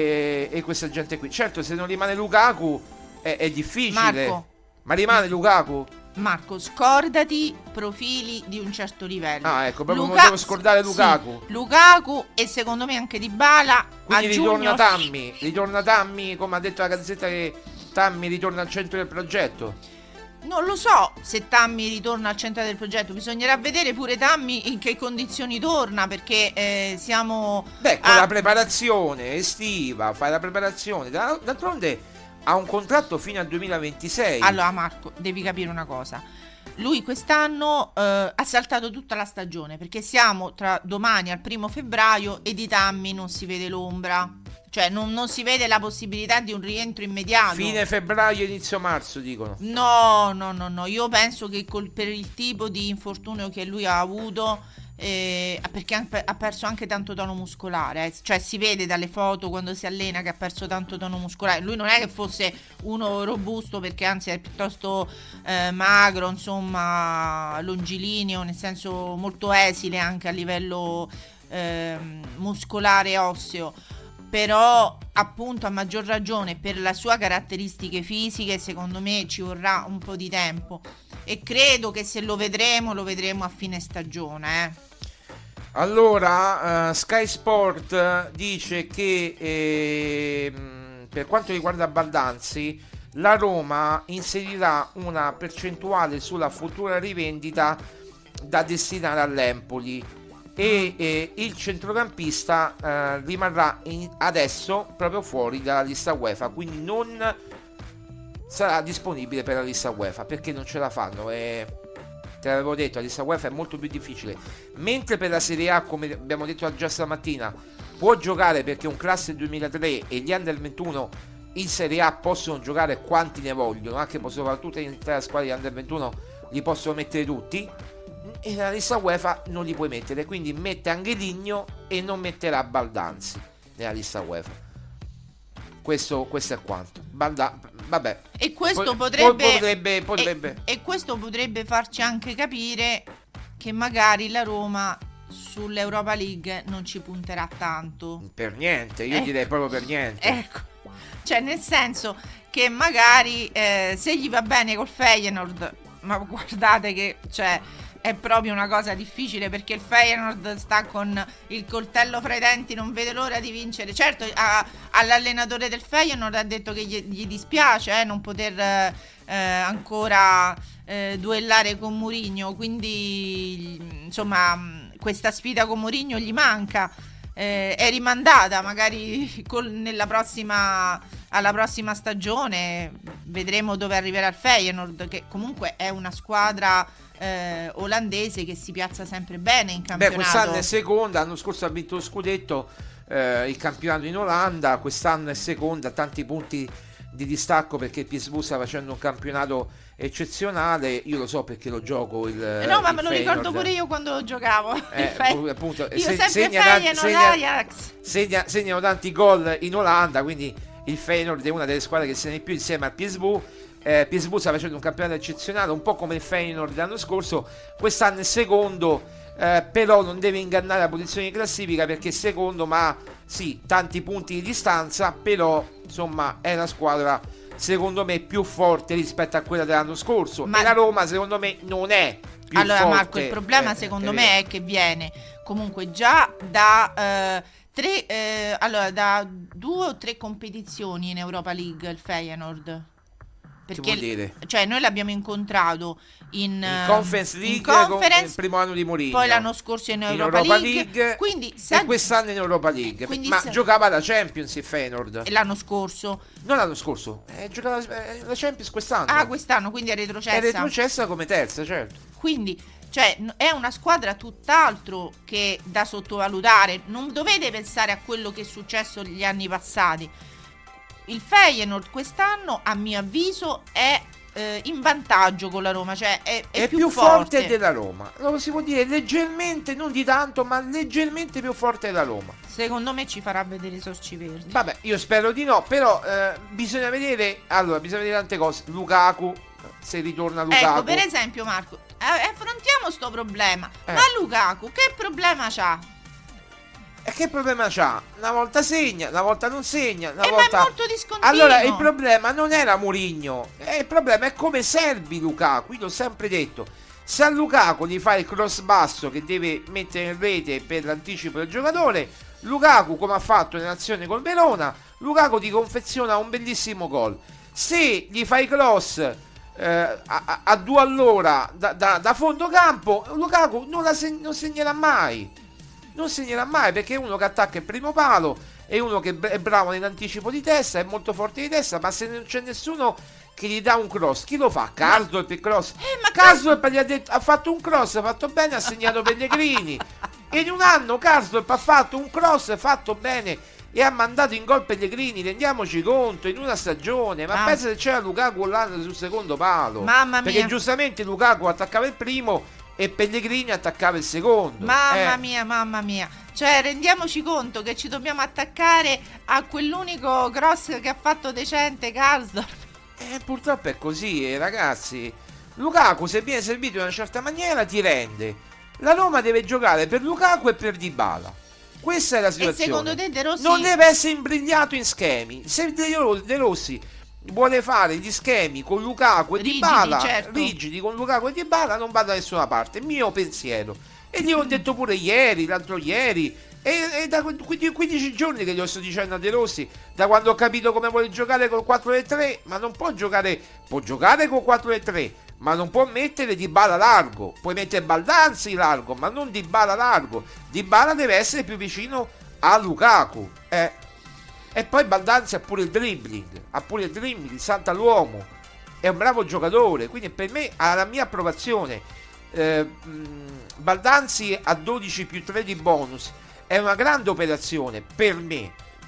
e, e questa gente qui. Certo, se non rimane Lukaku è, è difficile. Marco. Ma rimane Lukaku? Marco, scordati profili di un certo livello. Ah, ecco, proprio non Luka- devo scordare Lukaku. Sì, Lukaku e secondo me anche Dybala. Quindi a ritorna giugno- Tammy, ritorna Tammy, come ha detto la gazzetta, che Tammy ritorna al centro del progetto. Non lo so se Tammy ritorna al centro del progetto. Bisognerà vedere pure Tammy in che condizioni torna. Perché eh, siamo. Beh, con a- la preparazione estiva, fai la preparazione. Da- D'altronde ha un contratto fino al duemilaventisei. Allora, Marco, devi capire una cosa. Lui quest'anno eh, ha saltato tutta la stagione perché siamo tra domani al primo febbraio e di Tammy non si vede l'ombra. Cioè, non, non si vede la possibilità di un rientro immediato. Fine febbraio, inizio marzo, dicono. No, no, no, no. Io penso che col- per il tipo di infortunio che lui ha avuto, eh, perché ha, ha perso anche tanto tono muscolare, eh. Cioè si vede dalle foto quando si allena che ha perso tanto tono muscolare. Lui non è che fosse uno robusto, perché anzi è piuttosto eh, magro, insomma, longilineo, nel senso molto esile anche a livello ehm, muscolare e osseo. Però appunto a maggior ragione per le sue caratteristiche fisiche secondo me ci vorrà un po' di tempo e credo che se lo vedremo lo vedremo a fine stagione, eh. Allora, uh, Sky Sport dice che ehm, per quanto riguarda Baldanzi, la Roma inserirà una percentuale sulla futura rivendita da destinare all'Empoli. E eh, il centrocampista eh, rimarrà in, adesso proprio fuori dalla lista UEFA, quindi non sarà disponibile per la lista UEFA perché non ce la fanno. E te l'avevo detto, la lista UEFA è molto più difficile. Mentre per la Serie A, come abbiamo detto già stamattina, può giocare perché è un classe duemilatré e gli under ventuno in Serie A possono giocare quanti ne vogliono, anche soprattutto in tre squadre di Under ventuno li possono mettere tutti, e nella lista UEFA non li puoi mettere, quindi mette anche Ligno e non metterà Baldanzi nella lista UEFA. Questo, questo è quanto. Balda, vabbè. E questo po- potrebbe, potrebbe, potrebbe... E, e questo potrebbe farci anche capire che magari la Roma sull'Europa League non ci punterà tanto. Per niente, io ecco. direi proprio per niente. Ecco, cioè nel senso che magari eh, se gli va bene col Feyenoord, ma guardate che cioè è proprio una cosa difficile, perché il Feyenoord sta con il coltello fra i denti, non vede l'ora di vincere. Certo, a, all'allenatore del Feyenoord ha detto che gli, gli dispiace eh, non poter eh, ancora eh, duellare con Mourinho, quindi insomma questa sfida con Mourinho gli manca. Eh, è rimandata magari col, nella prossima alla prossima stagione, vedremo dove arriverà il Feyenoord, che comunque è una squadra eh, olandese che si piazza sempre bene in campionato. Beh, quest'anno è seconda, l'anno scorso ha vinto lo scudetto, eh, il campionato in Olanda, quest'anno è seconda, tanti punti di distacco perché il P S V sta facendo un campionato eccezionale. Io lo so perché lo gioco il eh no ma il me lo Feyenoord. Ricordo pure io quando giocavo eh, Fe- appunto, io se, sempre segna Feyenoord, tanti, segna, Ajax segna, segnano tanti gol in Olanda, quindi il Feyenoord è una delle squadre che segna di più insieme al P S V. eh, P S V sta facendo un campionato eccezionale, un po' come il Feyenoord l'anno scorso. Quest'anno è secondo, eh, però non deve ingannare la posizione di classifica, perché è secondo, ma sì, tanti punti di distanza, però insomma è una squadra secondo me più forte rispetto a quella dell'anno scorso. Ma e la Roma secondo me non è più allora, forte. Marco, il problema eh, secondo è me è che viene comunque già da eh, tre eh, allora da due o tre competizioni in Europa League il Feyenoord. Perché che vuol dire? Cioè noi l'abbiamo incontrato in, in Conference League, in conference, il primo anno di Mourinho, poi l'anno scorso in Europa, in Europa League, League, quindi e quest'anno in Europa League. Ma sa... giocava la Champions il Feyenoord. E l'anno scorso? Non l'anno scorso, eh, giocava la Champions quest'anno. Ah, quest'anno, quindi è retrocessa. È retrocessa come terza, certo. Quindi, cioè, è una squadra tutt'altro che da sottovalutare. Non dovete pensare a quello che è successo gli anni passati. Il Feyenoord quest'anno, a mio avviso, è eh, in vantaggio con la Roma, cioè è, è, è più, più forte. forte della Roma. Lo si può dire leggermente, non di tanto, ma leggermente più forte della Roma. Secondo me ci farà vedere i sorci verdi. Vabbè, io spero di no, però eh, bisogna vedere, allora, bisogna vedere tante cose. Lukaku, se ritorna Lukaku. Ecco, per esempio, Marco, eh, affrontiamo sto problema. Eh. Ma Lukaku che problema c'ha? E che problema c'ha? Una volta segna, una volta non segna, una eh volta... ma è molto discontinuo. Allora, il problema non era Mourinho, eh, il problema è come servi Lukaku. Io l'ho sempre detto, se a Lukaku gli fai il cross basso che deve mettere in rete per l'anticipo del giocatore, Lukaku, come ha fatto nell'azione col Verona, Lukaku ti confeziona un bellissimo gol. Se gli fai cross eh, a, a due all'ora da, da, da fondo campo, Lukaku non, la seg- non segnerà mai. Non segnerà mai, perché è uno che attacca il primo palo, è uno che è bravo nell'anticipo di testa, è molto forte di testa, ma se non c'è nessuno che gli dà un cross, chi lo fa? Karsdorp il cross. Eh, ma Karsdorp gli ha detto, ha fatto un cross, ha fatto bene, ha segnato Pellegrini. E in un anno Karsdorp ha fatto un cross fatto bene e ha mandato in gol Pellegrini, rendiamoci conto, in una stagione. Ma ah. pensa se c'era Lukaku là sul secondo palo. Mamma mia. Perché giustamente Lukaku attaccava il primo e Pellegrini attaccava il secondo. Mamma eh. mia, mamma mia. Cioè, rendiamoci conto che ci dobbiamo attaccare a quell'unico cross che ha fatto decente Karsdorp. Eh, purtroppo è così, eh, ragazzi. Lukaku, se viene servito in una certa maniera, ti rende. La Roma deve giocare per Lukaku e per Dybala. Questa è la situazione. E secondo te De Rossi non deve essere imbrigliato in schemi. Se De Rossi vuole fare gli schemi con Lukaku e rigidi, Dybala, certo. rigidi con Lukaku e Dybala, non va da nessuna parte. Mio pensiero. E gli ho detto pure ieri, l'altro ieri, e, e da quindici giorni che gli sto dicendo a De Rossi, da quando ho capito come vuole giocare col quattro tre tre, ma non può giocare, può giocare col quattro tre tre, ma non può mettere Dybala largo. Puoi mettere Baldanzi largo, ma non Dybala largo. Dybala deve essere più vicino a Lukaku, eh. E poi Baldanzi ha pure il dribbling, ha pure il dribbling, salta l'uomo, è un bravo giocatore, quindi per me ha la mia approvazione. eh, mh, Baldanzi a dodici più tre di bonus è una grande operazione per me,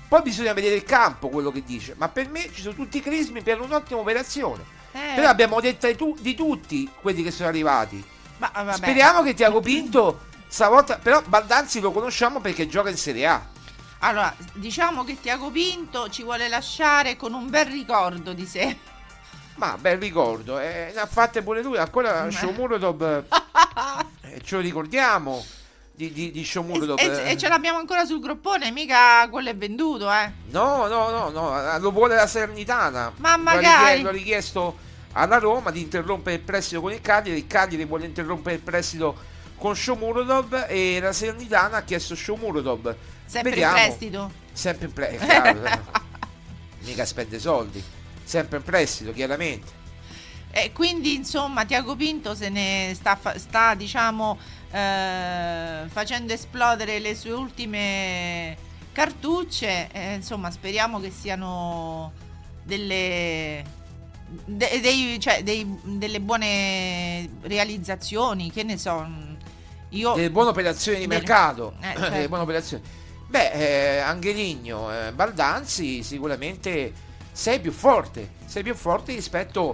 Poi bisogna vedere il campo, quello che dice, ma per me ci sono tutti i crismi per un'ottima operazione. Eh. Però abbiamo detto di, tu, di tutti quelli che sono arrivati. Ma, vabbè. Speriamo che Tiago Pinto stavolta, però Baldanzi lo conosciamo perché gioca in Serie A. Allora, diciamo che Tiago Pinto ci vuole lasciare con un bel ricordo di sé. Ma bel ricordo, eh, ne ha fatte pure lui, ancora Shomurodov, eh, ce lo ricordiamo di, di, di Shomurodov. E, e, e ce l'abbiamo ancora sul groppone, mica quello è venduto, eh. No, no, no, no, lo vuole la Salernitana. Ma magari. L'ho richiesto alla Roma di interrompere il prestito con il Cagliari, il Cagliari vuole interrompere il prestito con Shomurodov e la Salernitana ha chiesto Shomurodov. Sempre Vediamo. in prestito? Sempre in prestito, mica spende soldi. Sempre in prestito, chiaramente. E quindi, insomma, Tiago Pinto se ne sta, sta diciamo, eh, facendo esplodere le sue ultime cartucce. Eh, insomma, speriamo che siano delle, de, dei, cioè, dei, delle buone realizzazioni, che ne so. Io, delle buone operazioni di delle, mercato. Eh, certo. Delle buone operazioni. Beh, eh, Angeligno, eh, Baldanzi, sicuramente sei più forte, sei più forte rispetto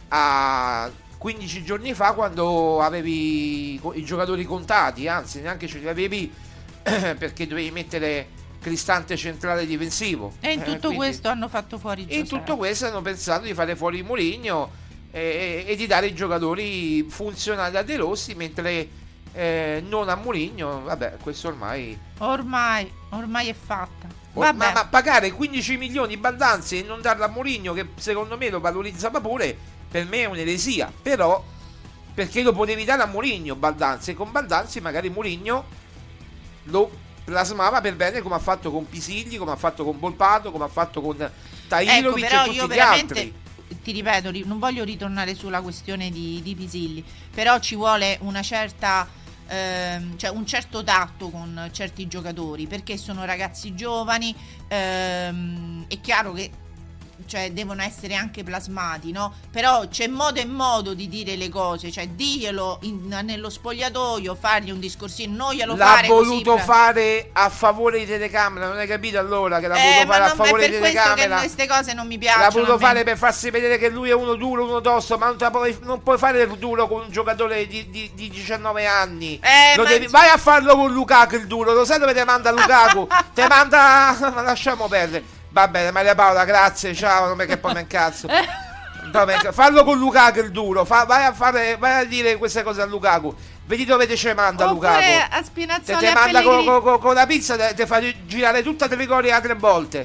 a quindici giorni fa quando avevi i giocatori contati, anzi neanche ce li avevi perché dovevi mettere Cristante centrale difensivo. E in tutto eh, quindi, questo hanno fatto fuori Giuseppe. In tutto questo hanno pensato di fare fuori Mourinho e, e di dare i giocatori funzionali a De Rossi, mentre eh, non a Mourinho. Vabbè, questo ormai ormai ormai è fatta. Ma, ma pagare quindici milioni Baldanzi e non darlo a Mourinho, che secondo me lo valorizzava pure, per me è un'eresia. Però perché lo potevi dare a Mourinho Baldanzi, e con Baldanzi magari Mourinho lo plasmava per bene, come ha fatto con Pisilli, come ha fatto con Volpato, come ha fatto con Tahirovic, ecco, e tutti io gli altri. Ti ripeto, non voglio ritornare sulla questione di, di Pisilli, però ci vuole una certa Ehm, cioè un certo tatto con certi giocatori, perché sono ragazzi giovani. Ehm, è chiaro che cioè devono essere anche plasmati, no? Però c'è modo e modo di dire le cose, cioè diglielo in, nello spogliatoio, fargli un discorsino, non glielo l'ha fare voluto così, fare a favore di telecamera, non hai capito allora che l'ha eh, voluto fare a favore di telecamera? È per questo che queste cose non mi piacciono. L'ha voluto fare per farsi vedere che lui è uno duro, uno tosto, ma non, te puoi, non puoi fare il duro con un giocatore di, di, di diciannove anni. Eh, lo ma... devi, vai a farlo con Lukaku il duro, lo sai dove te manda Lukaku? Te manda, ma lasciamo perdere. Va bene, Maria Paola, grazie, ciao, non è che poi mi incazzo. Vabbè, fallo con Lukaku il duro, fa, vai a fare, vai a dire queste cose a Lukaku. Vedi dove te ce manda Lukaku. A Spinazzola, te, te manda con, con, con la pizza, te, te fa girare tutta Trigoria tre volte.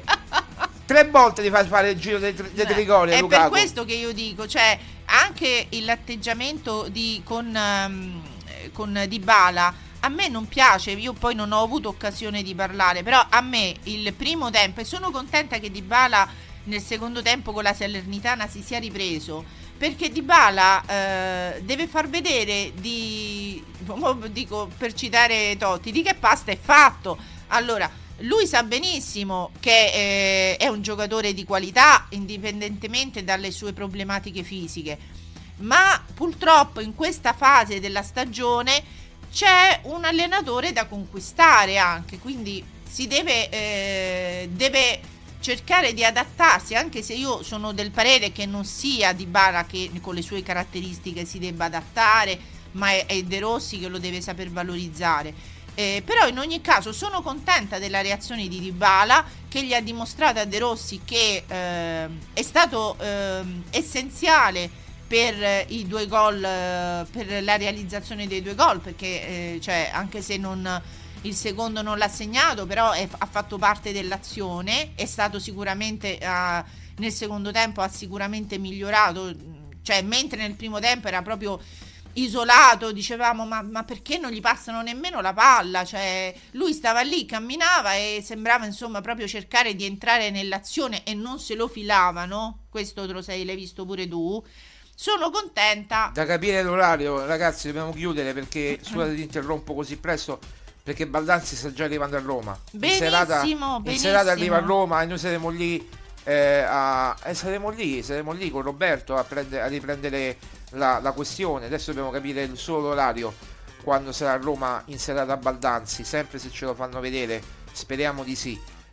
Tre volte ti fa fare il giro di Trigoria, è Lukaku. Per questo che io dico, cioè, anche l'atteggiamento di con, um, con Dybala a me non piace, io poi non ho avuto occasione di parlare, però a me il primo tempo, e sono contenta che Dybala nel secondo tempo con la Salernitana si sia ripreso, perché Dybala eh, deve far vedere di, dico per citare Totti, di che pasta è fatto. Allora, lui sa benissimo che eh, è un giocatore di qualità indipendentemente dalle sue problematiche fisiche, ma purtroppo in questa fase della stagione c'è un allenatore da conquistare anche, quindi si deve, eh, deve cercare di adattarsi, anche se io sono del parere che non sia Dybala che con le sue caratteristiche si debba adattare, ma è, è De Rossi che lo deve saper valorizzare. Eh, però in ogni caso sono contenta della reazione di Dybala, che gli ha dimostrato a De Rossi che eh, è stato eh, essenziale per i due gol, per la realizzazione dei due gol, perché eh, cioè, anche se non, il secondo non l'ha segnato, però è, ha fatto parte dell'azione, è stato sicuramente uh, nel secondo tempo ha sicuramente migliorato, cioè mentre nel primo tempo era proprio isolato, dicevamo ma, ma perché non gli passano nemmeno la palla, cioè lui stava lì, camminava e sembrava insomma proprio cercare di entrare nell'azione e non se lo filavano. Questo te lo sei, l'hai visto pure tu. Sono contenta. Da capire l'orario, ragazzi, dobbiamo chiudere perché scusate ti interrompo così presto, perché Baldanzi sta già arrivando a Roma. Benissimo, in serata, benissimo. In serata arriva a Roma e noi saremo lì eh, a, eh, saremo lì, saremo lì con Roberto a, prendere, a riprendere la, la questione. Adesso dobbiamo capire il solo orario quando sarà a Roma in serata a Baldanzi, sempre se ce lo fanno vedere, speriamo di sì.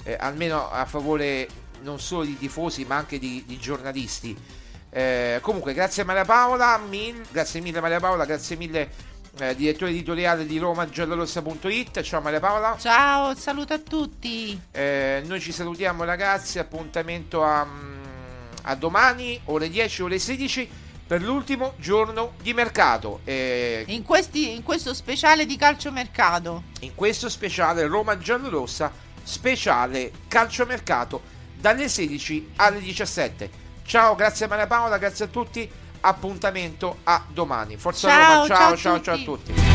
eh, almeno a favore non solo di tifosi ma anche di, di giornalisti. Eh, comunque grazie Maria Paola, mil, grazie mille Maria Paola, grazie mille eh, direttore editoriale di roma giallorossa punto it. Ciao Maria Paola. Ciao, saluto a tutti. Eh, noi ci salutiamo ragazzi, appuntamento a, a domani ore dieci, ore sedici per l'ultimo giorno di mercato. Eh, in, questi, in questo speciale di calciomercato. In questo speciale Roma giallorossa, speciale calciomercato dalle sedici alle diciassette. Ciao, grazie Maria Paola, grazie a tutti. Appuntamento a domani. Forza ciao, Roma, ciao, ciao, ciao, ciao a tutti.